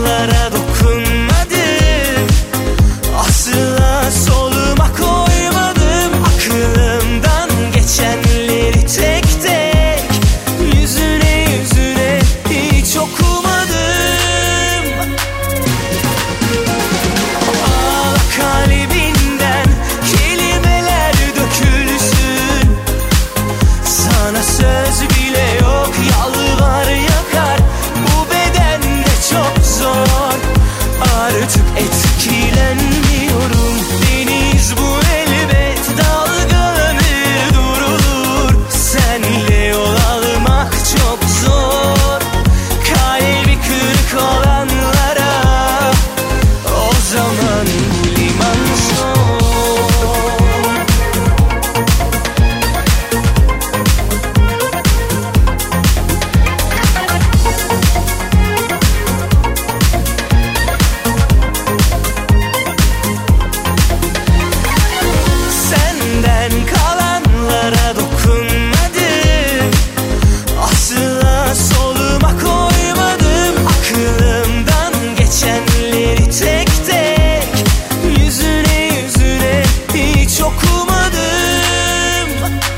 kalanlara dokunmadım. Asla soluma koymadım. Aklımdan geçenleri tek tek yüzüne yüzüne hiç okumadım. Ağla kalbinden kelimeler dökülsün. Sana söz bile yok, yalvar yakar. Bu bedende çok zor, artık etkilenmiyorum. Deniz bu elbet dalgalanır durulur. Senle yol almak çok zor. Kalbi kırık olanlara o zaman bu liman son. Senden kalanlara dokunmadım. Asla soluma koymadım. Aklımdan geçenleri tek tek yüzüne yüzüne hiç okumadım.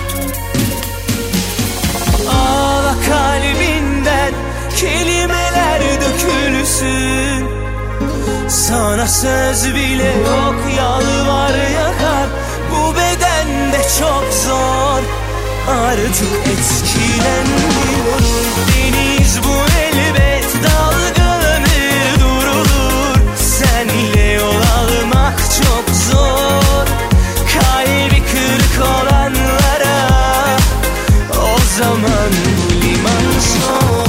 Ağla kalbinden kelimeler dökülsün. Sana söz bile yok, yalvar yakar. Bu bedende çok zor, artık etkilenmiyorum. Deniz bu elbet dalgalanır durulur. Senle yol almak çok zor. Kalbi kırık olanlara o zaman bu liman son.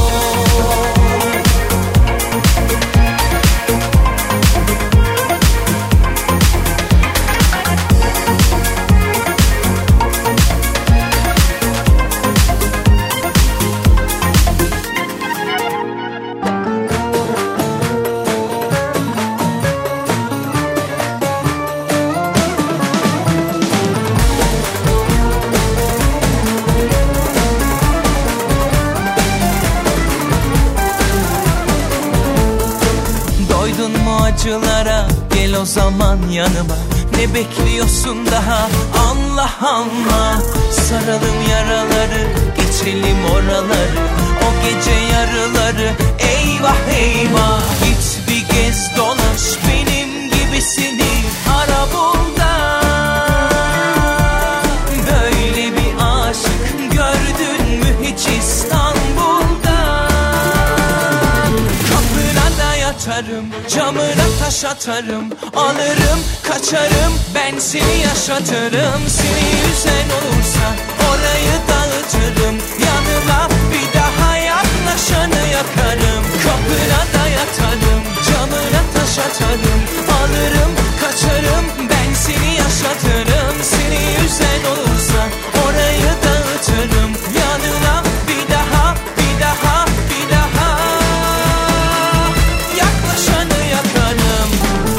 Doydun mu acılara, gel o zaman yanıma. Ne bekliyorsun daha, anla anla. Saralım yaraları, geçelim oraları. O gece yarıları, eyvah eyvah. Git bir gez dolaş, benim gibisini ara bul da. Böyle bir aşık gördün mü hiç İstanbul'da? Kapına da yatarım, camına taş atarım. Alırım kaçarım, ben seni yaşatırım. Seni üzen olursa orayı dağıtırım. Yanıma bir daha yaklaşanı yakarım. Kapına da yatarım, camına taş atarım. Alırım kaçarım, ben seni yaşatırım. Seni üzen olursa orayı dağıtırım. Yanına bir daha, bir daha, bir daha yaklaşanı yakarım.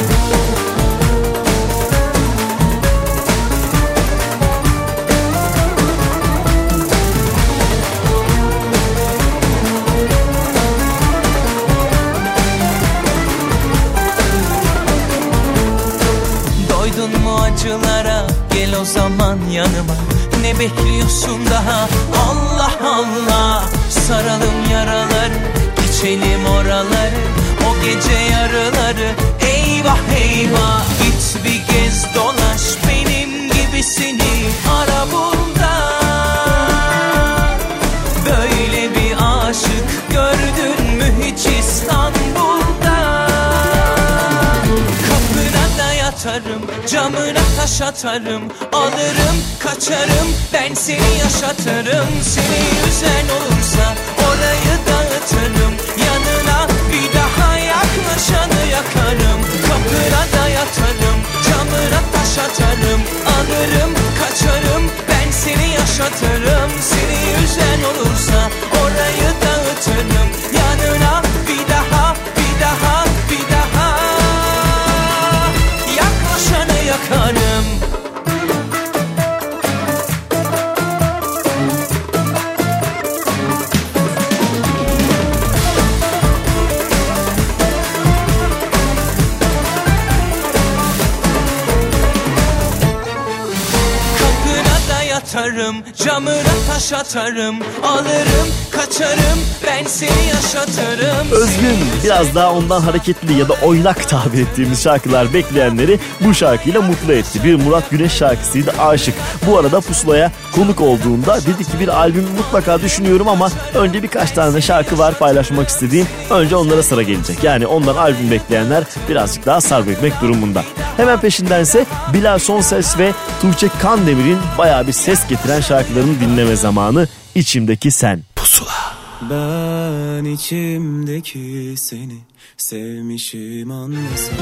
Doydun mu acılara, gel o zaman yanıma. Ne bekliyorsun daha, Allah Allah. Saralım yaraları, geçelim oraları. O gece yarıları, eyvah eyvah. Git bir gez dolaş, benim gibisini ara bul da. Böyle bir aşık gördün mü hiç İstanbul'da? Kapına da yatarım, camına taş atarım. Alırım kaçarım, ben seni yaşatırım. Seni üzen olursa orayı dağıtırım. Yanına bir daha yaklaşanı yakarım. Kapına da yatarım, camına taş atarım. Alırım kaçarım, ben seni yaşatırım. Seni üzen olursa orayı dağıtırım. Yanına bir daha, bir daha, bir daha yaklaşanı yakarım. açarım, camına taş atarım, alırım kaçarım, ben seni yaşatırım. Özgün biraz daha ondan hareketli ya da oynak tabir ettiğimiz şarkılar bekleyenleri bu şarkıyla mutlu etti. Bir Murat Güneş şarkısıydı, Aşık. Bu arada Pusula'ya konuk olduğunda dedi ki bir albüm mutlaka düşünüyorum ama önce birkaç tane şarkı var paylaşmak istediğim. Önce onlara sıra gelecek. Yani ondan albüm bekleyenler birazcık daha sabretmek durumunda. Hemen peşindense Bilal Sonses ve Tuğçe Kandemir'in bayağı bir ses getiren şarkılarını dinleme zamanı. İçimdeki Sen. Pusula. Ben içimdeki seni sevmişim anlasam.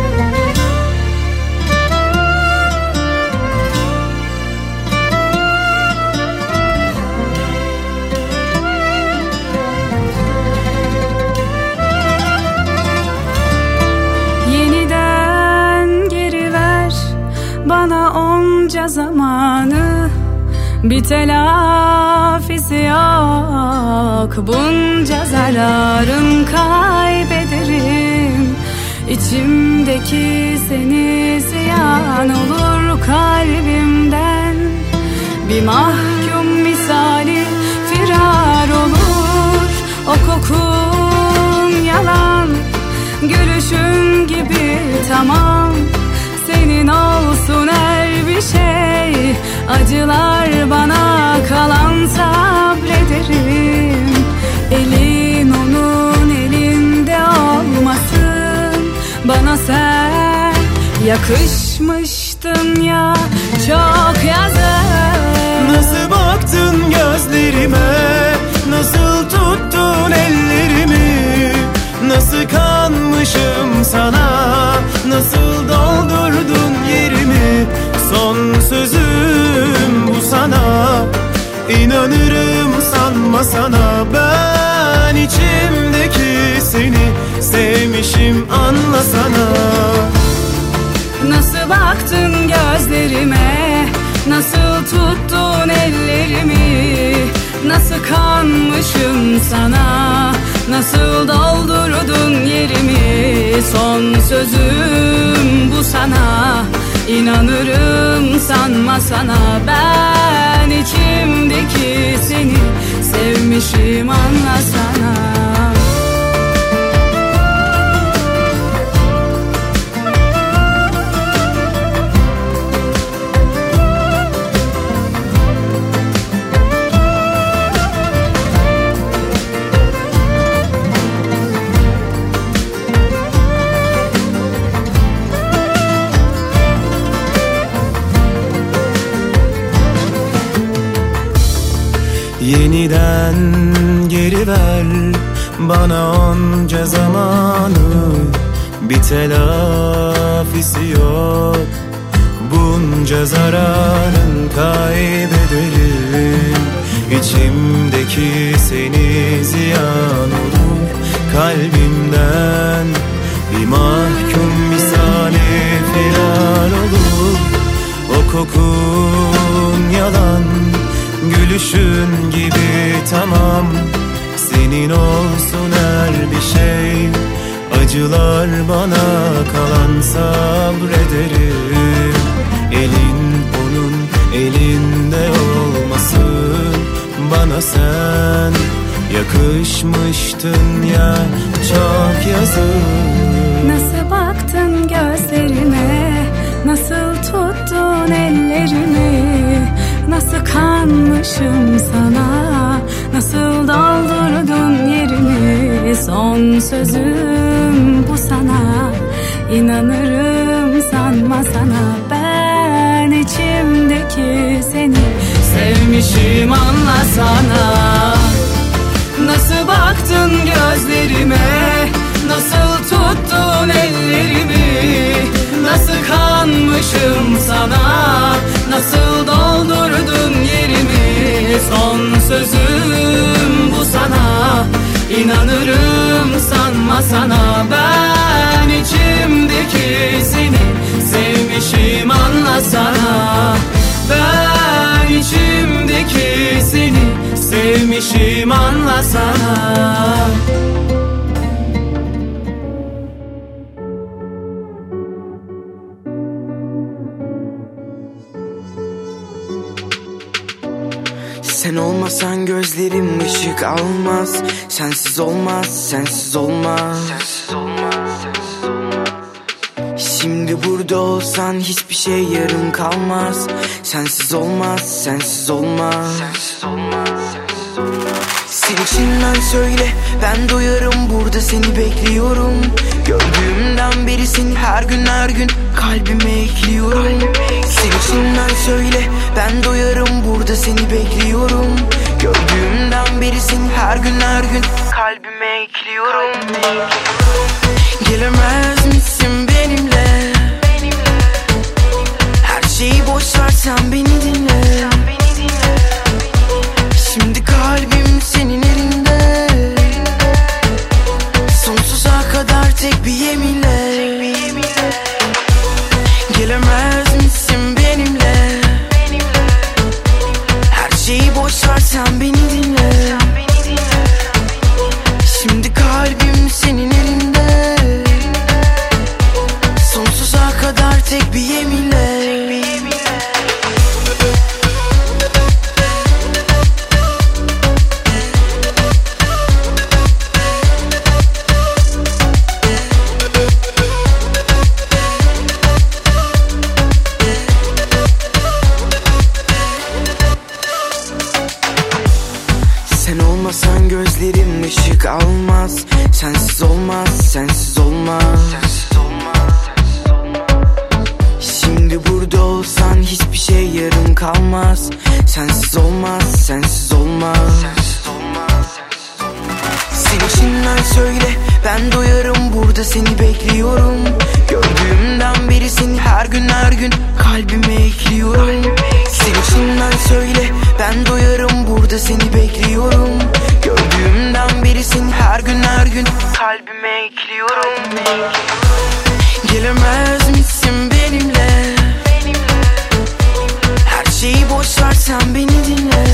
Yeniden geri ver bana onca zamanı, bir telafisi yok bunca zararın, kaybederim içimdeki seni, ziyan olur kalbimden. Bir mahkum misali firar olur, o kokun yalan, gülüşün gibi tamam, senin olsun her bir şey. Acılar bana kalan, sabrederim. Elin onun elinde olmasın, bana sen yakışmıştın ya çok yazık. Nasıl baktın gözlerime, nasıl tuttun ellerimi, nasıl kanmışım sana, nasıl doldurdun yerimi. Son sözüm bu sana, inanırım sanma sana. Ben içimdeki seni sevmişim anlasana. Nasıl baktın gözlerime, nasıl tuttun ellerimi, nasıl kanmışım sana, nasıl doldurdun yerimi. Son sözüm bu sana, İnanırım sanma sana. Ben içimdeki seni sevmişim anlasana. Yeniden geri ver bana onca zamanı, bir telafisi yok bunca zararın, kaybederim içimdeki seni, ziyan olur kalbimden. Bir mahkum misali firar olur, o kokun yalan, gülüşün gibi tamam, senin olsun her bir şey. Acılar bana kalan, sabrederim. Elin onun elinde olmasın, bana sen yakışmıştın ya çok yazık. Nasıl baktın gözlerime, nasıl tuttun ellerimi, nasıl kanmışım sana, nasıl doldurdun yerimi. Son sözüm bu sana, inanırım sanma sana. Ben içimdeki seni sevmişim anlasana. Nasıl baktın gözlerime, nasıl tuttun ellerimi, nasıl kanmışım sana, nasıl doldurdun yerimi. Son sözüm bu sana, inanırım sanma sana. Ben içimdeki seni sevmişim anlasana. Ben içimdeki seni sevmişim anlasana. Sen olmasan gözlerim ışık almaz. Sensiz olmaz, sensiz olmaz, sensiz olmaz, sensiz olmaz. Şimdi burada olsan hiçbir şey yarım kalmaz. Sensiz olmaz, sensiz olmaz, sensiz olmaz, sensiz olmaz. Sen içinden söyle, ben duyarım, burada seni bekliyorum. Gördüğümden beri seni her gün her gün kalbime ekliyorum. Sen içinden söyle, ben duyarım, burada seni bekliyorum. Gördüğümden beri seni her gün her gün kalbime ekliyorum. Gelemez misin benimle? Her şeyi boş ver, sen beni dinle. Şimdi kalbim senin elinde. Sonsuza kadar tek bir yeminle. Gelemez misin benimle? Her şeyi boş ver, sen beni dinle. Şimdi kalbim senin elinde. Sonsuza kadar tek bir yeminle. Gözlerim ışık almaz. Sensiz olmaz, sensiz olmaz, sensiz olmaz, sensiz olmaz. Şimdi burada olsan hiçbir şey yarım kalmaz. Sensiz olmaz, sensiz olmaz, sensiz olmaz, sensiz olmaz. Sen içinden söyle, ben duyarım, burada seni bekliyorum. Gördüğümden beri seni her gün her gün kalbime ekliyorum. Sen içinden söyle, ben duyarım, burada seni bekliyorum. Gördüğümden beri seni her gün her gün kalbime ekliyorum. Gelemez misin benimle? Her şeyi boş ver, sen beni dinle.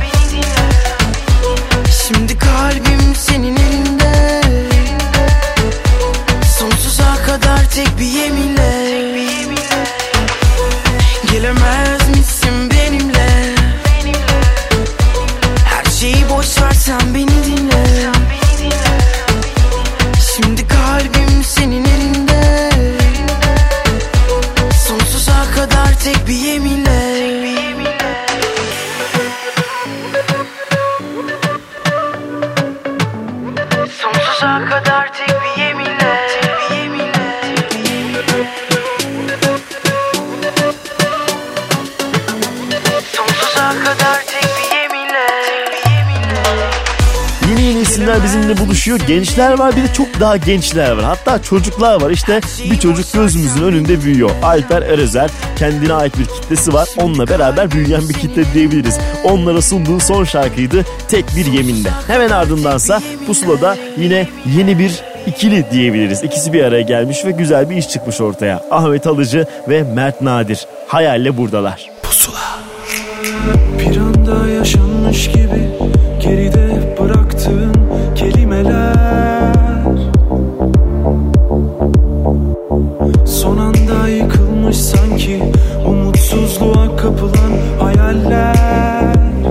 Şimdi kalbim senin elinde. Sonsuza kadar tek bir yeminle. Gelemez misin benimle? Her şeyi boş ver, sen beni dinle. Şimdi kalbim senin elinde. Sonsuza kadar tek bir yeminle. Sonsuza kadar tek bir yeminle. Sonsuza kadar tek bir yeminle. Yeni yeni isimler bizimle buluşuyor. Gençler var, bir de çok daha gençler var. Hatta çocuklar var. İşte bir çocuk gözümüzün önünde büyüyor. Alper Erezer, kendine ait bir kitlesi var. Onunla beraber büyüyen bir kitle diyebiliriz. Onlara sunduğu son şarkıydı Tek Bir Yeminle. Hemen ardındansa Pusula'da yine yeni bir ikili diyebiliriz. İkisi bir araya gelmiş ve güzel bir iş çıkmış ortaya. Ahmet Alıcı ve Mert Nadir. Hayalle buradalar. Pusula. Bir anda yaşanmış gibi geride bıraktığın kelimeler, son anda yıkılmış sanki umutsuzluğa kapılan hayaller.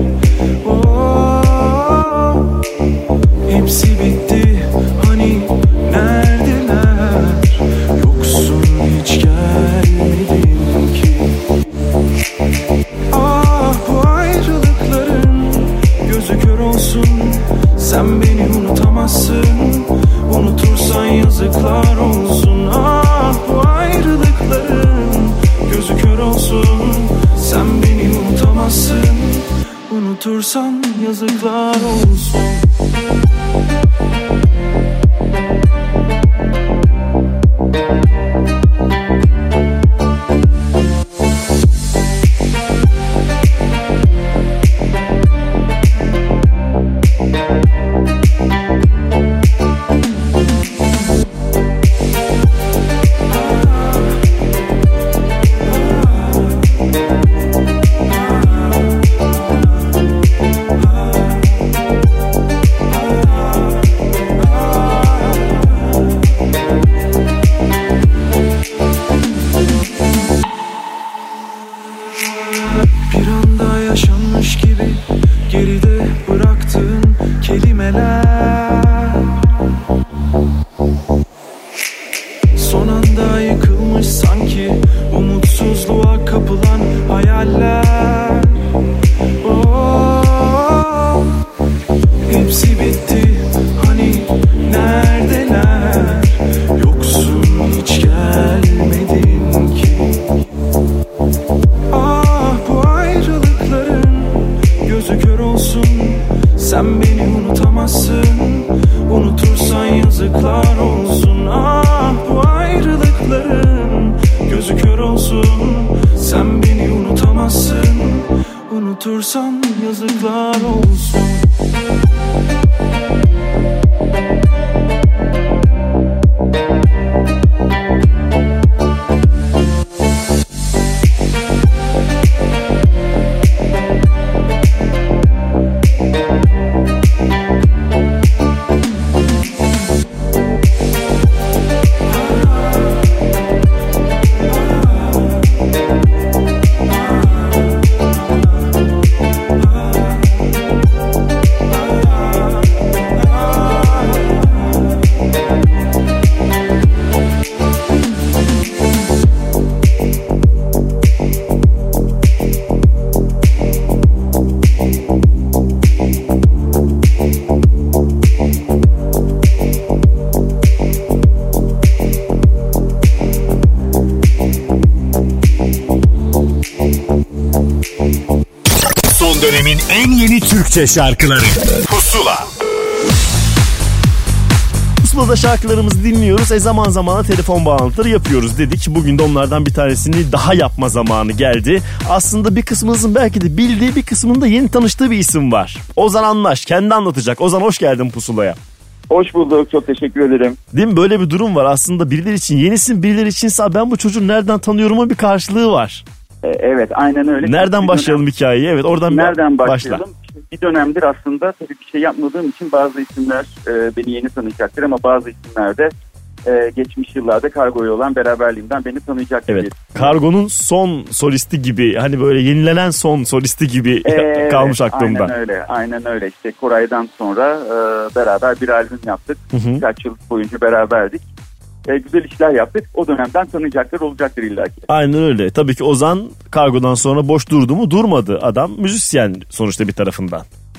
Oh, hepsi bitti, hani neredeler? Yoksun, hiç gelmedin ki. Ah, bu ayrılıkların gözü kör olsun. Sen beni unutamazsın. Unutursan yazıklar olsun. Ah, bu ayrılıkların gözü kör olsun. Sen beni unutamazsın. Unutursan yazıklar olsun. unutursan yazıklar olsun. Son dönemin en yeni Türkçe şarkıları Pusula. Pusula'da şarkılarımızı dinliyoruz. E zaman zaman telefon bağlantıları yapıyoruz dedik. Bugün de onlardan bir tanesini daha yapma zamanı geldi. Aslında bir kısmınızın belki de bildiği, bir kısmında yeni tanıştığı bir isim var. Ozan Anlaş kendi anlatacak. Ozan hoş geldin Pusula'ya. Hoş bulduk, çok teşekkür ederim. Değil mi? Böyle bir durum var aslında, birileri için yenisin, birileri içinse ben bu çocuğu nereden tanıyorum'a bir karşılığı var. Evet, aynen öyle. Nereden bir başlayalım dönem, hikayeyi? Evet, oradan nereden başla. başlayalım? Bir dönemdir aslında tabii bir şey yapmadığım için bazı isimler e, beni yeni tanıyacaktır ama bazı isimler de e, geçmiş yıllarda Kargo'ya olan beraberliğimden beni tanıyacaktır. Evet. Kargo'nun son solisti gibi, hani böyle yenilenen son solisti gibi ee, kalmış evet, aklımda. Aynen öyle. Aynen öyle. İşte Koray'dan sonra e, beraber bir albüm yaptık. Hı hı. Kaç yıl boyunca beraberdik. E, güzel işler yaptık. O dönemden tanıyacaklar olacaktır illaki. Aynen öyle. Tabii ki Ozan Kargo'dan sonra boş durdu mu? Durmadı. Adam müzisyen sonuçta bir tarafından.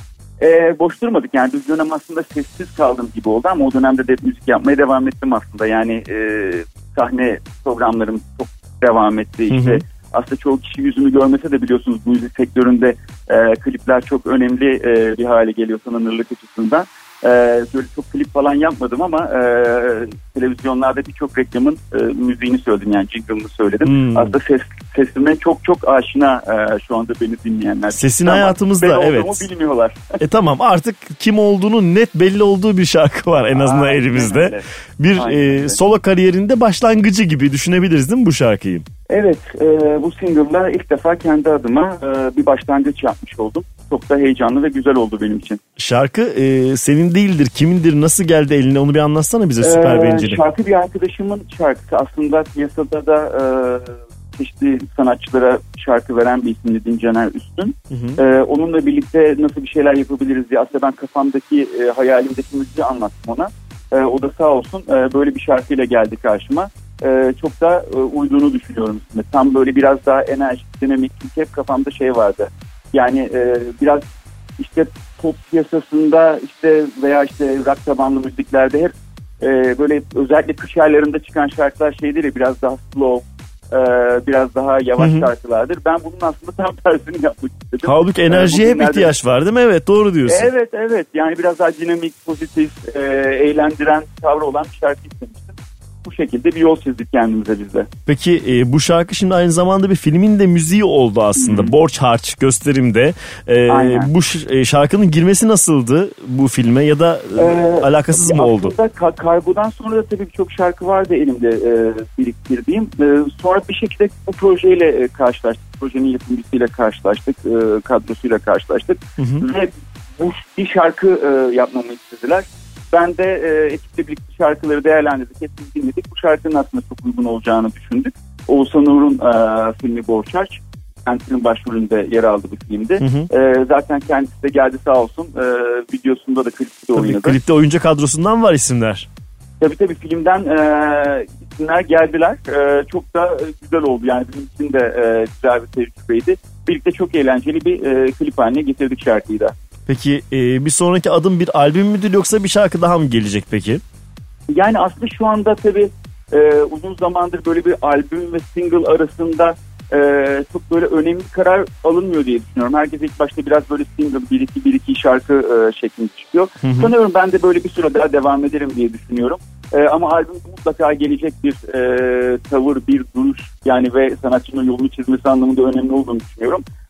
E, boş durmadık. Yani bir dönem aslında sessiz kaldım gibi oldu ama o dönemde de müzik yapmaya devam ettim aslında. Yani e, sahne programlarım çok devam etti. İşte hı hı. aslında çoğu kişi yüzümü görmese de biliyorsunuz bu müzik sektöründe e, klipler çok önemli e, bir hale geliyor tanınırlık açısından. Ee, böyle çok klip falan yapmadım ama e, televizyonlarda birçok reklamın e, müziğini söyledim, yani jingle'ını söyledim. Hmm. Aslında ses, sesime çok çok aşina e, şu anda beni dinleyenler. Sesin hayatımızda, evet. Ben bilmiyorlar. E tamam, artık kim olduğunu net belli olduğu bir şarkı var en azından Aynen elimizde. Öyle. Bir e, solo kariyerinde başlangıcı gibi düşünebiliriz değil mi bu şarkıyı? Evet, e, bu single'la ilk defa kendi adıma e, bir başlangıç yapmış oldum. Çok da heyecanlı ve güzel oldu benim için. Şarkı e, senin değildir, kimindir, nasıl geldi eline, onu bir anlatsana bize Süper ee, Bencil'im. Şarkı bir arkadaşımın şarkısı. Aslında piyasada da e, çeşitli sanatçılara şarkı veren bir isim Nedim Caner Üstün. Hı hı. E, onunla birlikte nasıl bir şeyler yapabiliriz diye aslında ben kafamdaki e, hayalimdeki müziği anlattım ona. E, o da sağ olsun e, böyle bir şarkıyla geldi karşıma. Ee, çok da e, uyduğunu düşünüyorum. Tam böyle biraz daha enerjik, dinamik, hep kafamda şey vardı. Yani e, biraz işte pop piyasasında işte veya işte rock tabanlı müziklerde hep e, böyle özellikle kış aylarında çıkan şarkılar şeydir ya, biraz daha slow, e, biraz daha yavaş hı hı. şarkılardır. Ben bunun aslında tam tersini yapmak istedim. Halbuki enerjiye hep ihtiyaç var değil mi? Evet, doğru diyorsun. Evet evet, yani biraz daha dinamik, pozitif, e, eğlendiren tavrı olan bir şarkı istemiştim. Bu şekilde bir yol çizdik kendimize biz de. Peki e, bu şarkı şimdi aynı zamanda bir filmin de müziği oldu aslında. Hı-hı. Borç Harç gösterimde. E, bu ş- şarkının girmesi nasıldı bu filme ya da e, ee, alakasız mı oldu? Aslında ka- Kargo'dan sonra da tabii birçok şarkı vardı elimde e, biriktirdiğim. E, sonra bir şekilde bu projeyle e, karşılaştık. Projenin yapımcısıyla karşılaştık. E, kadrosuyla karşılaştık. Hı-hı. Ve bu bir şarkı e, yapmamı istediler. Ben de e, ekiple birlikte şarkıları değerlendirdik, hepsini dinledik. Bu şarkının aslında çok uygun olacağını düşündük. Oğuzhan Uğur'un e, filmi Borç Harç, kendisinin başrolünde yer aldı bu filmde. Hı hı. E, zaten kendisi de geldi sağ olsun. E, videosunda da klipte oynadı. Tabii, klipte oyuncu kadrosundan var isimler. Tabii tabii, filmden e, isimler geldiler. E, çok da güzel oldu. Yani bizim için de e, güzel bir tecrübeydi. Birlikte çok eğlenceli bir e, klip haline getirdik şarkıyı da. Peki e, bir sonraki adım bir albüm müdür yoksa bir şarkı daha mı gelecek peki? Yani aslında şu anda tabii e, uzun zamandır böyle bir albüm ve single arasında e, çok böyle önemli karar alınmıyor diye düşünüyorum. Herkes ilk başta biraz böyle single bir iki bir iki şarkı e, şeklinde çıkıyor. Hı hı. Sanıyorum ben de böyle bir süre daha devam ederim diye düşünüyorum. E, ama albüm mutlaka gelecek bir e, tavır, bir duruş yani ve sanatçının yolunu çizmesi anlamında önemli olduğunu düşünüyorum.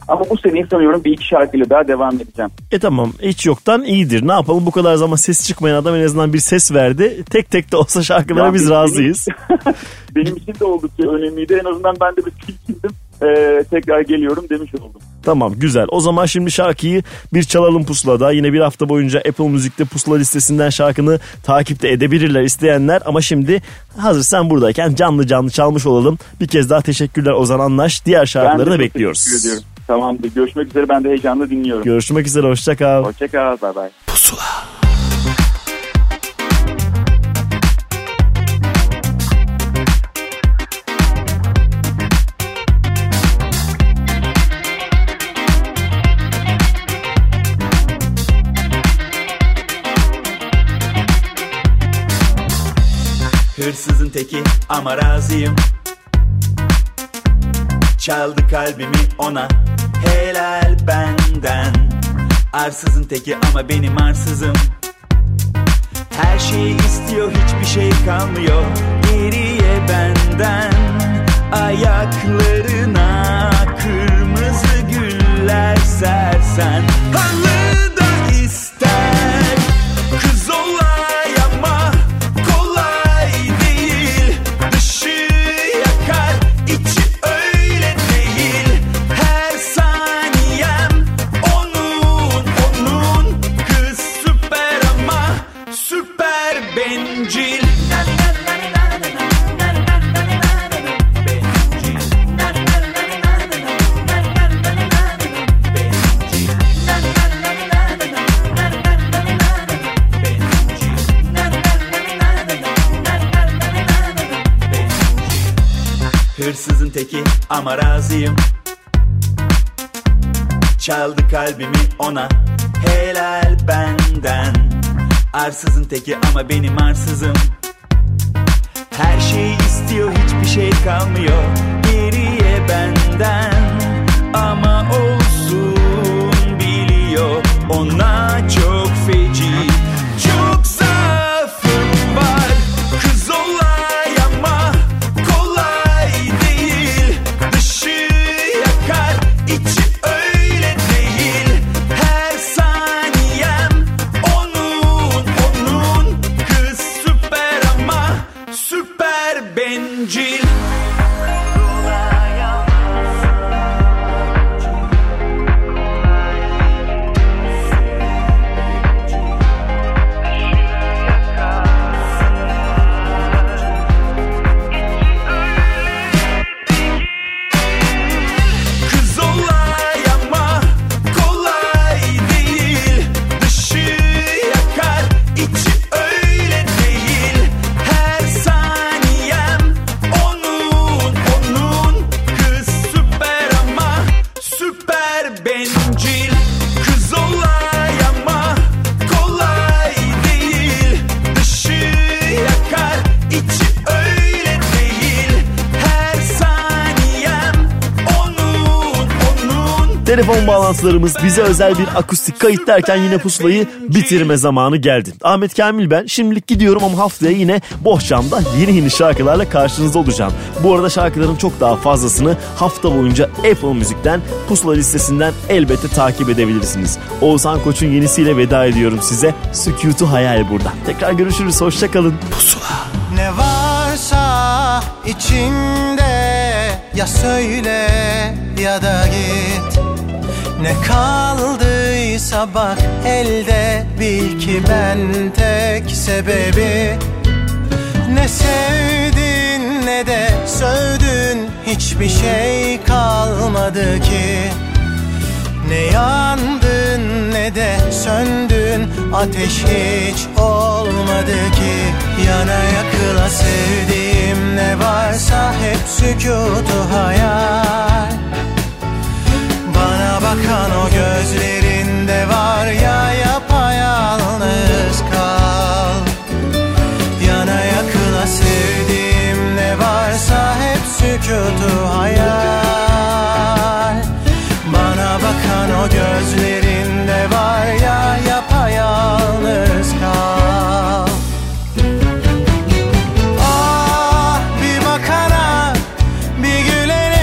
Ama bu seneyi sanıyorum bir iki şarkıyla daha devam edeceğim. E tamam, hiç yoktan iyidir. Ne yapalım, bu kadar zaman ses çıkmayan adam en azından bir ses verdi. Tek tek de olsa şarkılara ya biz benim, razıyız. Benim için de oldukça önemliydi. En azından ben de bir silkindim. Ee, tekrar geliyorum demiş oldum. Tamam, güzel. O zaman şimdi şarkıyı bir çalalım pusulada. Yine bir hafta boyunca Apple Müzik'te pusula listesinden şarkını takipte edebilirler isteyenler. Ama şimdi hazır sen buradayken canlı canlı çalmış olalım. Bir kez daha teşekkürler Ozan Anlaş. Diğer şarkıları da bekliyoruz. Teşekkür ediyorum. Tamamdır. Görüşmek üzere. Ben de heyecanla dinliyorum. Görüşmek üzere. Hoşça kal. Hoşça kal. Bay bay. Pusula. Hırsızın teki ama razıyım. Çaldı kalbimi ona, helal benden. Arsızın teki ama benim arsızım. Her şeyi istiyor, hiçbir şey kalmıyor geriye benden. Ayaklarına kırmızı güller sersen, halı da ister. Kız olay ama kolay değil. Dışı yakar, içi öyle değil. Her saniyem onun, onun. Kız süper ama süper bencil. Hırsızın teki ama razıyım. Çaldı kalbimi ona, helal benden. Arsızın teki ama benim arsızım. Her şeyi istiyor, hiçbir şey kalmıyor geriye benden. Ama olsun biliyor, ona çok feci. Çok zaafım var. Kız olay ama kolay değil. Dışı yakar, içi öyle değil. Her saniyem onun, onun. Kız süper ama süper bencil. Telefon bağlantılarımız, bize özel bir akustik kayıt derken yine pusulayı bitirme zamanı geldi. Ahmet Kamil ben. Şimdilik gidiyorum ama haftaya yine Bohçam'da yeni yeni şarkılarla karşınızda olacağım. Bu arada şarkıların çok daha fazlasını hafta boyunca Apple Müzik'ten, Pusula listesinden elbette takip edebilirsiniz. Oğuzhan Koç'un yenisiyle veda ediyorum size. Sükutu hayal burada. Tekrar görüşürüz. Hoşça kalın. Pusula. Ne varsa içinde ya söyle ya da git. Ne kaldıysa bak elde, bil ki ben tek sebebi. Ne sevdin ne de sövdün, hiçbir şey kalmadı ki. Ne yandın ne de söndün, ateş hiç olmadı ki. Yana yakıla sevdiğim ne varsa hep sükutu hayal. Bana bakan o gözlerinde var ya, yapayalnız kal. Yana yakıla sevdiğim ne varsa hep sükutu hayal. Bana bakan o gözlerinde var ya, yapayalnız kal. Ah bir bakana, bir gülene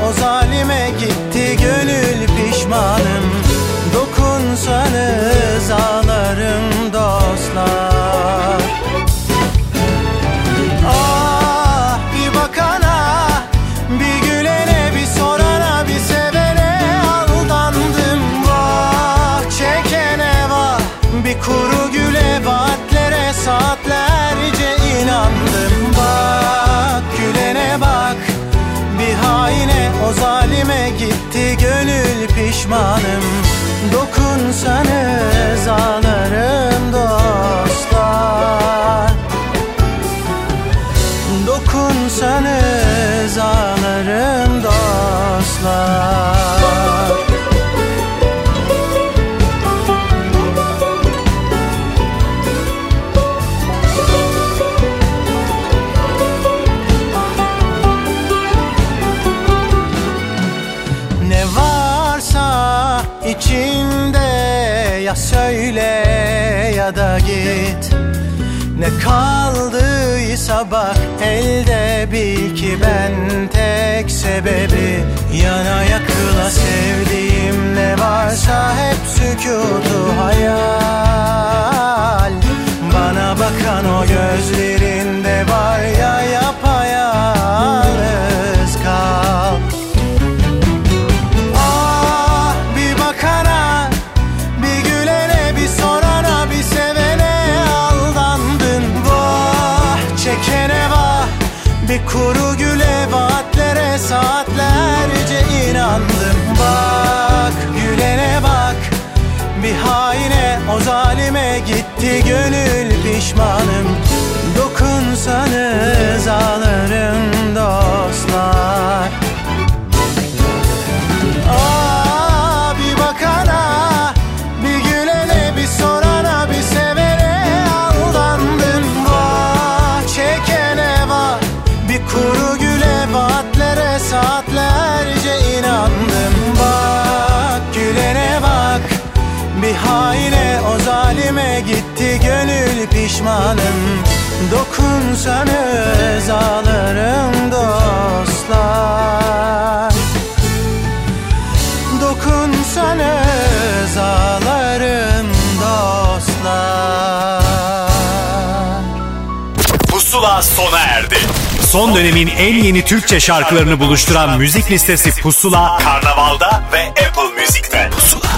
o zalime gitti gönül pişmanım. Dokunsanız ağlarım dostlar. Ah bir bakana, bir gülene, bir sorana, bir sevene aldandım. Vah çekene vah, bir kuru güle, vaatlere saatlerce inandım. Bak gülene bak, bir haine o zalime gitti gönül pişmanım. Dokunsanız ağlarım dostlar. Dokunsanız ağlarım dostlar. Ne varsa içinde ya söyle ya da git. Ne kaldıysa bak elde, bil ki ben tek sebebi. Yana yakıla sevdiğim ne varsa hep sükutu hayal. Bana bakan o gözlerinde var ya yapayalnız kal. Ah bir bakana, bir gülene, bir sorana, bir sevene aldandın. Vah çekene vah, bir kuru güle, vaatlere saatlerce inandım. Bak gülene bak, bir haine o zalime gitti gönül pişmanım. Dokunsanız ağlarım dostlar. Aa bir bakana, bir gülene, bir sorana, bir sevene aldandım. Vah çekene vah, bir kuru güle, vaatlere saatlerce inandım. Bak gülene bak, bir haine o zalime gitti gönül pişmanım. Dokunsanız ağlarım dostlar. Dokunsanız ağlarım dostlar. Pusula sona erdi. Son dönemin en yeni Türkçe şarkılarını buluşturan müzik listesi Pusula, Karnaval'da ve Apple Music'te. Pusula.